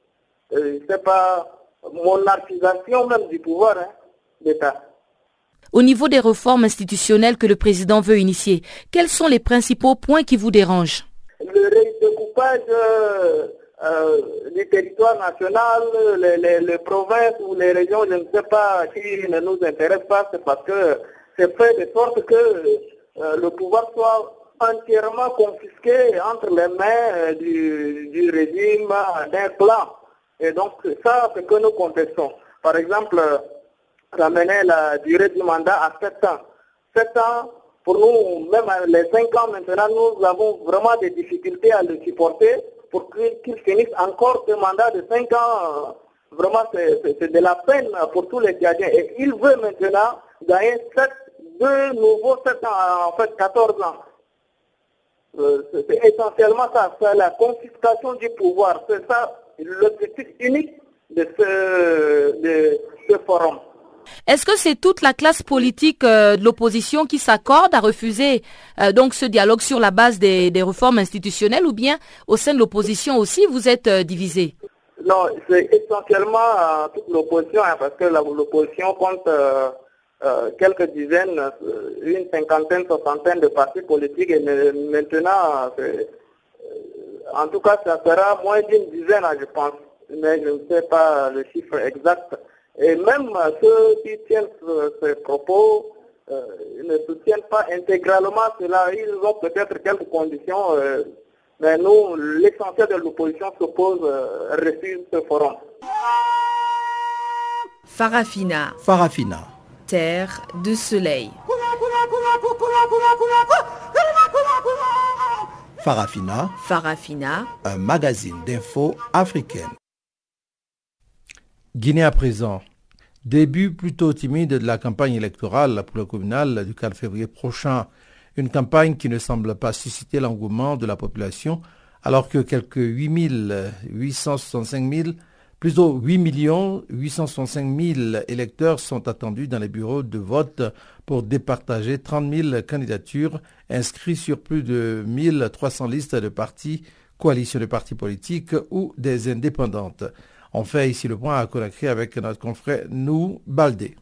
je sais pas, monarchisation même du pouvoir hein, d'État.
Au niveau des réformes institutionnelles que le président veut initier, quels sont les principaux points qui vous dérangent?
Le redécoupage euh, euh, du territoire national, les, les, les provinces ou les régions, je ne sais pas, qui ne nous intéressent pas, c'est parce que c'est fait de sorte que euh, le pouvoir soit entièrement confisqué entre les mains euh, du, du régime d'un clan. Et donc, ça, c'est que nous contestons. Par exemple, ramener la durée du mandat à sept ans. sept ans, pour nous, même les cinq ans maintenant, nous avons vraiment des difficultés à le supporter pour qu'il finisse encore ce mandat de cinq ans. Vraiment, c'est de la peine pour tous les Tchadiens. Et il veut maintenant gagner sept, deux nouveaux sept ans, en fait quatorze ans. C'est essentiellement ça, c'est la confiscation du pouvoir. C'est ça l'objectif unique de ce, de ce forum.
Est-ce que c'est toute la classe politique euh, de l'opposition qui s'accorde à refuser euh, donc ce dialogue sur la base des, des réformes institutionnelles ou bien au sein de l'opposition aussi vous êtes euh, divisé?
Non, c'est essentiellement euh, toute l'opposition hein, parce que l'opposition compte euh, euh, quelques dizaines, une cinquantaine, soixantaine de partis politiques et maintenant, euh, en tout cas, ça sera moins d'une dizaine, je pense, mais je ne sais pas le chiffre exact. Et même ceux qui tiennent ces propos euh, ne soutiennent pas intégralement cela. Ils ont peut-être quelques conditions, euh, mais nous, l'essentiel de l'opposition s'oppose, euh, refuse ce forum.
Farafina.
Farafina.
Terre de soleil.
Farafina.
Farafina.
Un magazine d'infos africaine.
Guinée à présent. Début plutôt timide de la campagne électorale pour le communal du quatre février prochain. Une campagne qui ne semble pas susciter l'engouement de la population alors que quelques huit mille huit cent soixante-cinq mille, plutôt huit millions huit cent soixante-cinq mille électeurs sont attendus dans les bureaux de vote pour départager trente mille candidatures inscrites sur plus de mille trois cents listes de partis, coalitions de partis politiques ou des indépendantes. On fait ici le point à Conakry avec notre confrère Nou Baldé.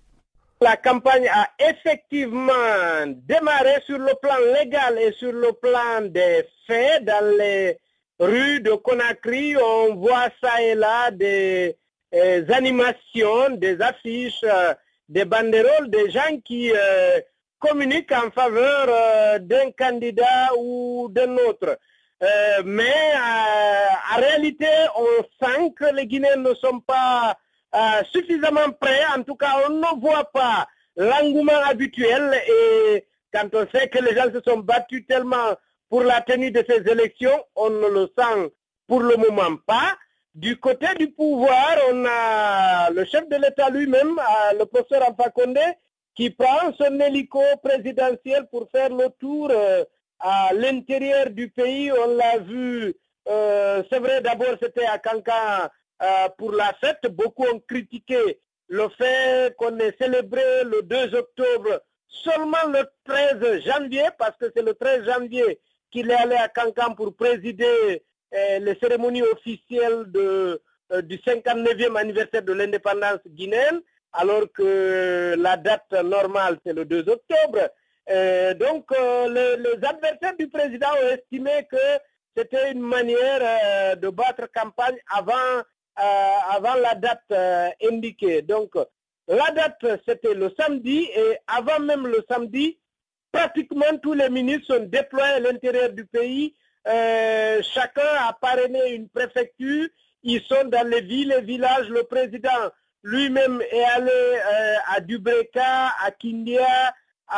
La campagne a effectivement démarré sur le plan légal et sur le plan des faits. Dans les rues de Conakry, on voit ça et là des, des animations, des affiches, euh, des banderoles, des gens qui euh, communiquent en faveur euh, d'un candidat ou d'un autre. Euh, mais euh, en réalité, on sent que les Guinéens ne sont pas euh, suffisamment prêts. En tout cas, on ne voit pas l'engouement habituel. Et quand on sait que les gens se sont battus tellement pour la tenue de ces élections, on ne le sent pour le moment pas. Du côté du pouvoir, on a le chef de l'État lui-même, le professeur Alpha Condé, qui prend son hélico présidentiel pour faire le tour euh, à l'intérieur du pays. On l'a vu, euh, c'est vrai, d'abord c'était à Kankan euh, pour la fête. Beaucoup ont critiqué le fait qu'on ait célébré le deux octobre seulement le treize janvier, parce que c'est le treize janvier qu'il est allé à Kankan pour présider euh, les cérémonies officielles de, euh, du cinquante-neuvième anniversaire de l'indépendance guinéenne, alors que la date normale c'est le deux octobre. Euh, donc euh, les, les adversaires du président ont estimé que c'était une manière euh, de battre campagne avant, euh, avant la date euh, indiquée. Donc la date c'était le samedi, et avant même le samedi, pratiquement tous les ministres sont déployés à l'intérieur du pays. Euh, chacun a parrainé une préfecture. Ils sont dans les villes et villages. Le président lui-même est allé euh, à Dubreka, à Kindia,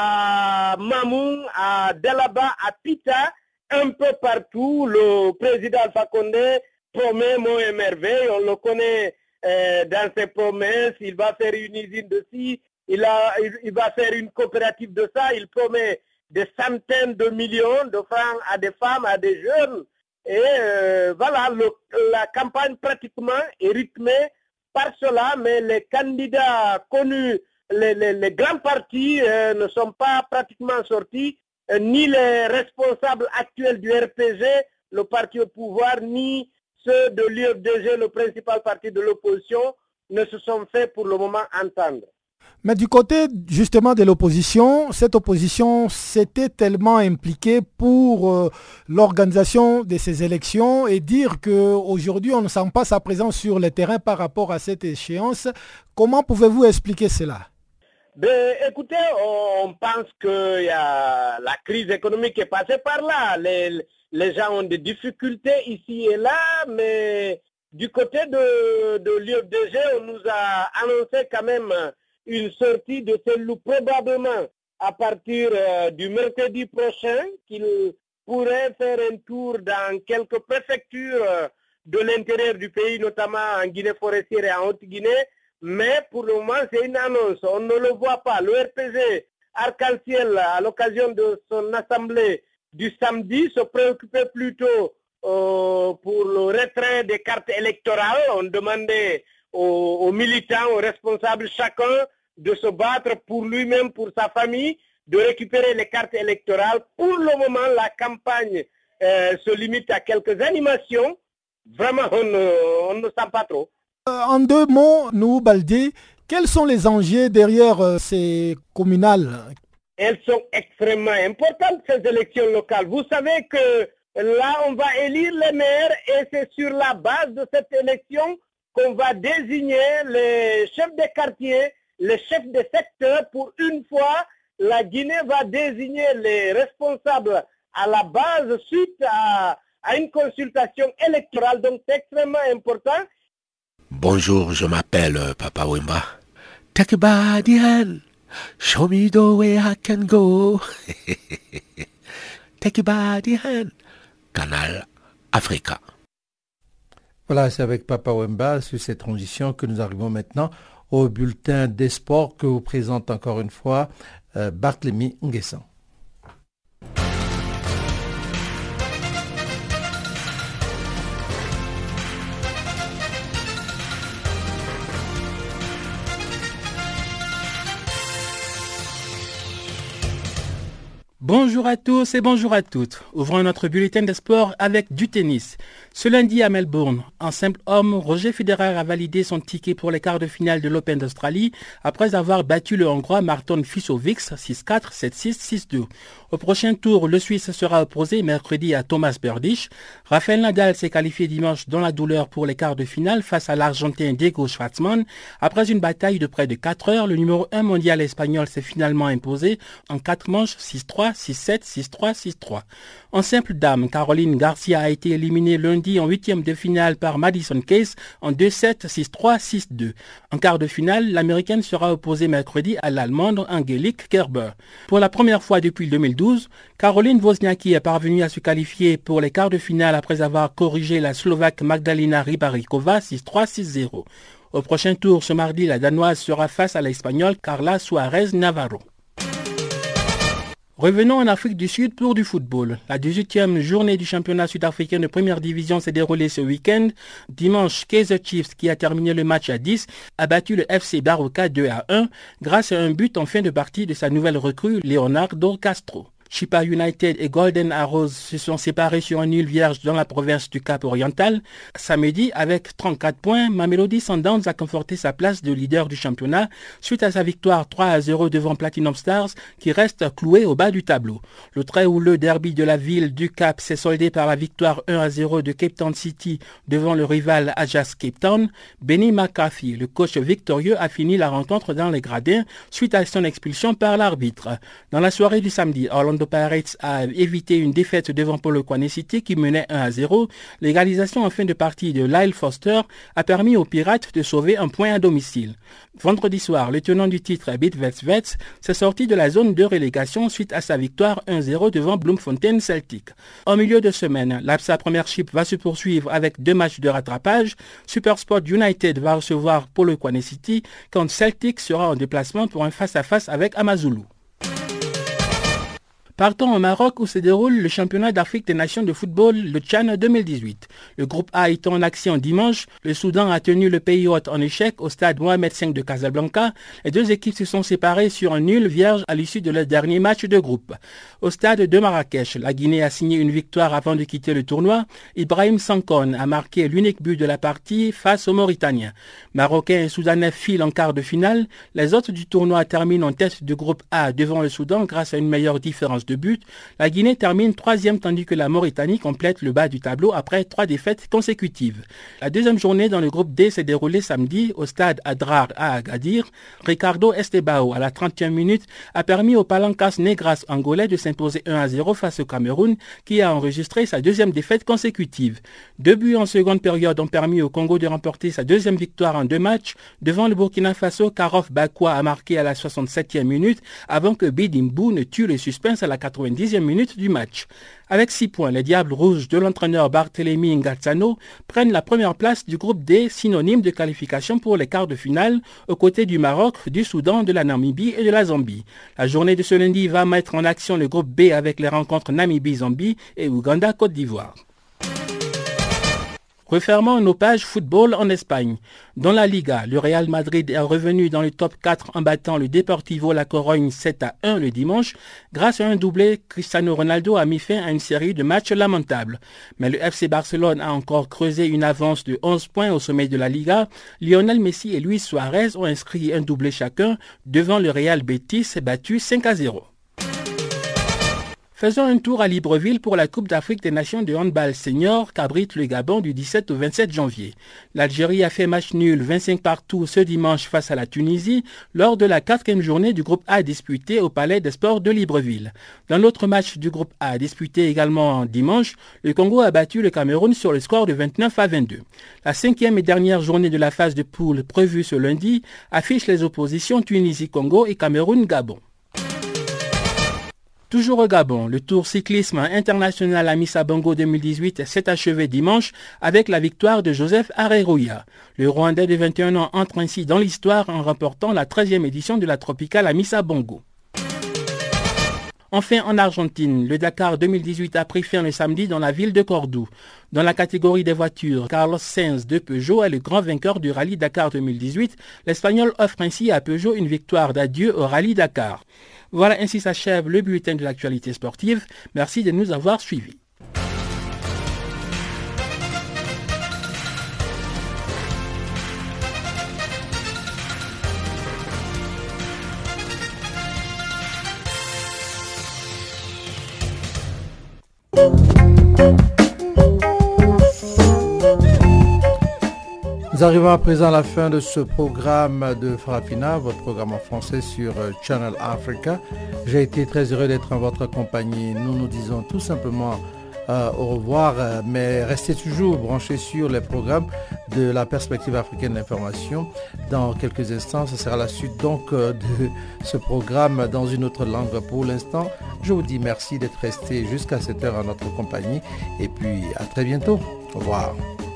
à Mamoun, à Dalaba, à Pita, un peu partout. Le président Alpha Condé promet mots et merveilles. On le connaît euh, dans ses promesses. Il va faire une usine de ci, il, a, il, il va faire une coopérative de ça. Il promet des centaines de millions de francs à des femmes, à des jeunes. Et euh, voilà, le, la campagne pratiquement est rythmée par cela, mais les candidats connus, les, les, les grands partis euh, ne sont pas pratiquement sortis, euh, ni les responsables actuels du R P G, le parti au pouvoir, ni ceux de l'U F D G, le principal parti de l'opposition, ne se sont fait pour le moment entendre.
Mais du côté justement de l'opposition, cette opposition s'était tellement impliquée pour euh, l'organisation de ces élections, et dire qu'aujourd'hui on ne sent pas sa présence sur le terrain par rapport à cette échéance. Comment pouvez-vous expliquer cela?
Ben, écoutez, on pense que y a la crise économique est passée par là. Les, les gens ont des difficultés ici et là, mais du côté de, de l'U F D G, on nous a annoncé quand même une sortie de ces loups probablement à partir euh, du mercredi prochain, qu'il pourrait faire un tour dans quelques préfectures euh, de l'intérieur du pays, notamment en Guinée forestière et en Haute-Guinée. Mais pour le moment, c'est une annonce. On ne le voit pas. Le R P G Arc-en-Ciel, à l'occasion de son assemblée du samedi, se préoccupait plutôt euh, pour le retrait des cartes électorales. On demandait aux, aux militants, aux responsables, chacun de se battre pour lui-même, pour sa famille, de récupérer les cartes électorales. Pour le moment, la campagne euh, se limite à quelques animations. Vraiment, on ne, on ne sent pas trop.
Euh, en deux mots, Nou Baldé, quels sont les enjeux derrière euh, ces communales?
Elles sont extrêmement importantes, ces élections locales. Vous savez que là, on va élire les maires, et c'est sur la base de cette élection qu'on va désigner les chefs de quartier, les chefs de secteur. Pour une fois, la Guinée va désigner les responsables à la base suite à, à une consultation électorale. Donc c'est extrêmement important.
Bonjour, je m'appelle Papa Wemba. Take a body hand, show me the way I can go. Take a body hand, Canal Africa.
Voilà, c'est avec Papa Wemba sur cette transition que nous arrivons maintenant au bulletin des sports que vous présente encore une fois euh, Barthélemy Nguessan.
Bonjour à tous et bonjour à toutes. Ouvrons notre bulletin de sport avec du tennis. Ce lundi à Melbourne, en simple homme, Roger Federer a validé son ticket pour les quarts de finale de l'Open d'Australie après avoir battu le Hongrois Marton Fucsovics six quatre, sept six, six deux. Au prochain tour, le Suisse sera opposé mercredi à Thomas Berdych. Rafael Nadal s'est qualifié dimanche dans la douleur pour les quarts de finale face à l'Argentin Diego Schwartzmann. Après une bataille de près de quatre heures, le numéro un mondial espagnol s'est finalement imposé en quatre manches six trois, six sept, six trois, six trois. En simple dame, Caroline Garcia a été éliminée lundi en huitième de finale par Madison Keys en deux sept, six trois, six deux. En quart de finale, l'américaine sera opposée mercredi à l'allemande Angelique Kerber. Pour la première fois depuis deux mille douze, Caroline Wozniacki est parvenue à se qualifier pour les quarts de finale après avoir corrigé la Slovaque Magdalena Rybarikova six trois, six zéro. Au prochain tour, ce mardi, la Danoise sera face à l'Espagnole Carla Suarez Navarro. Revenons en Afrique du Sud pour du football. La dix-huitième journée du championnat sud-africain de première division s'est déroulée ce week-end. Dimanche, Kaizer Chiefs, qui a terminé le match à dix, a battu le F C Baroka deux à un grâce à un but en fin de partie de sa nouvelle recrue, Leonardo Castro. Chippa United et Golden Arrows se sont séparés sur un nul vierge dans la province du Cap-Oriental. Samedi, avec trente-quatre points, Mamelodi Sundowns a conforté sa place de leader du championnat suite à sa victoire trois à zéro devant Platinum Stars qui reste cloué au bas du tableau. Le très houleux derby de la ville du Cap s'est soldé par la victoire un à zéro de Cape Town City devant le rival Ajax Cape Town. Benny McCarthy, le coach victorieux, a fini la rencontre dans les gradins suite à son expulsion par l'arbitre. Dans la soirée du samedi, Orlando Pirates a évité une défaite devant Polokwane City qui menait un à zéro. L'égalisation en fin de partie de Lyle Foster a permis aux Pirates de sauver un point à domicile. Vendredi soir, le tenant du titre Bidvest s'est sorti de la zone de relégation suite à sa victoire un à zéro devant Bloemfontein Celtic. En milieu de semaine, l'Absa Premiership va se poursuivre avec deux matchs de rattrapage. Supersport United va recevoir Polokwane City quand Celtic sera en déplacement pour un face-à-face avec Amazulu. Partons au Maroc où se déroule le championnat d'Afrique des Nations de football, le Tchad deux mille dix-huit. Le groupe A étant en action dimanche, le Soudan a tenu le pays hôte en échec au stade Mohamed cinq de Casablanca. Les deux équipes se sont séparées sur un nul vierge à l'issue de leur dernier match de groupe. Au stade de Marrakech, la Guinée a signé une victoire avant de quitter le tournoi. Ibrahim Sankon a marqué l'unique but de la partie face aux Mauritaniens. Marocains et Soudanais filent en quart de finale. Les autres du tournoi terminent en tête du groupe A devant le Soudan grâce à une meilleure différence de but. La Guinée termine troisième tandis que la Mauritanie complète le bas du tableau après trois défaites consécutives. La deuxième journée dans le groupe D s'est déroulée samedi au stade Adrar à Agadir. Ricardo Estebao à la trentième minute a permis aux Palancas Negras angolais de s'imposer un à zéro face au Cameroun qui a enregistré sa deuxième défaite consécutive. Deux buts en seconde période ont permis au Congo de remporter sa deuxième victoire en deux matchs. Devant le Burkina Faso, Karof Bakwa a marqué à la soixante-septième minute avant que Bidimbu ne tue le suspense à la quatre-vingt-dixième minute du match. Avec six points, les Diables Rouges de l'entraîneur Barthélémy Ngatsano prennent la première place du groupe D, synonyme de qualification pour les quarts de finale, aux côtés du Maroc, du Soudan, de la Namibie et de la Zambie. La journée de ce lundi va mettre en action le groupe B avec les rencontres Namibie-Zambie et Ouganda-Côte d'Ivoire. Refermons nos pages football en Espagne. Dans la Liga, le Real Madrid est revenu dans le top quatre en battant le Deportivo La Corogne sept à un le dimanche. Grâce à un doublé, Cristiano Ronaldo a mis fin à une série de matchs lamentables. Mais le F C Barcelone a encore creusé une avance de onze points au sommet de la Liga. Lionel Messi et Luis Suarez ont inscrit un doublé chacun devant le Real Betis battu cinq à zéro. Faisons un tour à Libreville pour la Coupe d'Afrique des Nations de handball senior qu'abrite le Gabon du dix-sept au vingt-sept janvier. L'Algérie a fait match nul vingt-cinq partout ce dimanche face à la Tunisie lors de la quatrième journée du groupe A disputé au Palais des Sports de Libreville. Dans l'autre match du groupe A disputé également dimanche, le Congo a battu le Cameroun sur le score de vingt-neuf à vingt-deux. La cinquième et dernière journée de la phase de poule prévue ce lundi affiche les oppositions Tunisie-Congo et Cameroun-Gabon. Toujours au Gabon, le Tour cyclisme international à Missa Bongo deux mille dix-huit s'est achevé dimanche avec la victoire de Joseph Areruya. Le Rwandais de vingt et un ans entre ainsi dans l'histoire en remportant la treizième édition de la Tropicale à Missa Bongo. Enfin, en Argentine, le Dakar deux mille dix-huit a pris fin le samedi dans la ville de Cordoue. Dans la catégorie des voitures, Carlos Sainz de Peugeot est le grand vainqueur du Rallye Dakar deux mille dix-huit. L'Espagnol offre ainsi à Peugeot une victoire d'adieu au Rallye Dakar. Voilà, ainsi s'achève le bulletin de l'actualité sportive. Merci de nous avoir suivis.
Nous arrivons à présent à la fin de ce programme de Farafina, votre programme en français sur Channel Africa. J'ai été très heureux d'être en votre compagnie. Nous nous disons tout simplement euh, au revoir, euh, mais restez toujours branchés sur les programmes de la perspective africaine d'information. Dans quelques instants, ce sera la suite donc euh, de ce programme dans une autre langue. Pour l'instant, je vous dis merci d'être resté jusqu'à cette heure en notre compagnie et puis à très bientôt. Au revoir.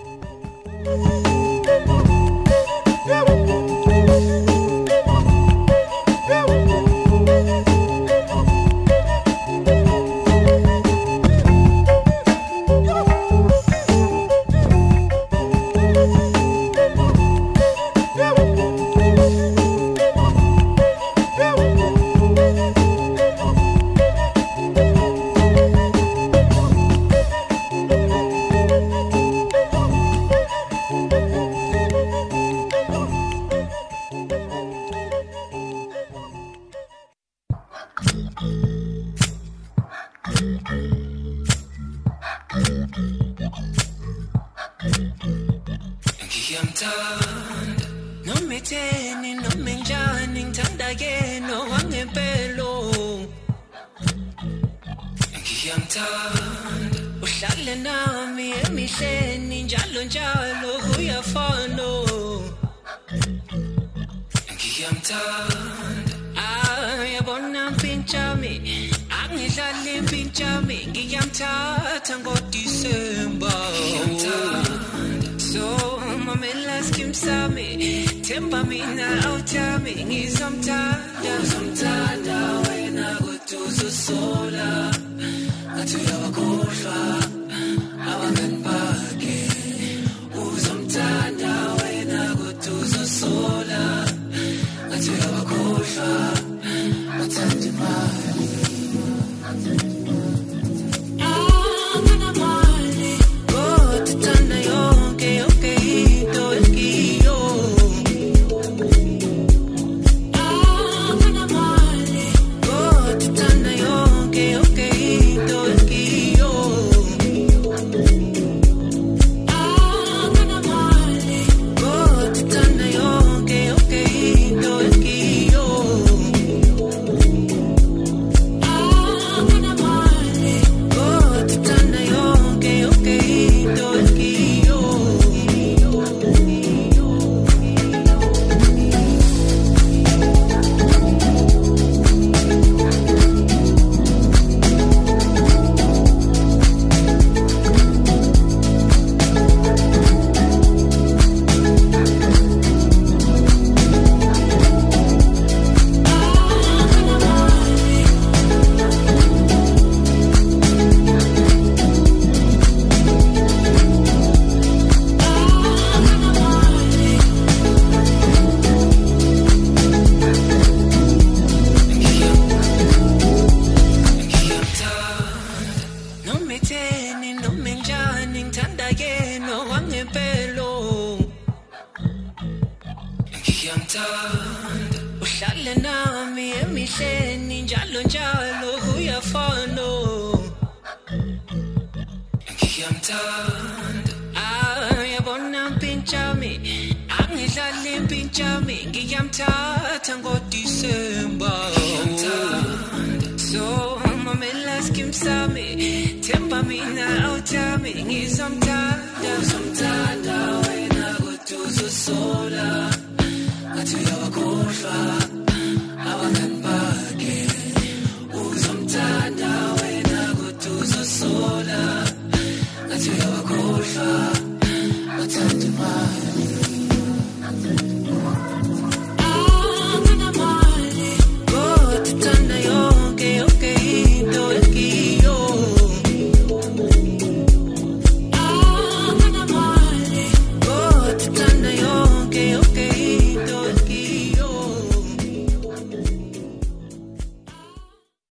Tempa mina outami ngizomthanda ngizomthanda wena kuduzo sola ngathi uyawakhohlwa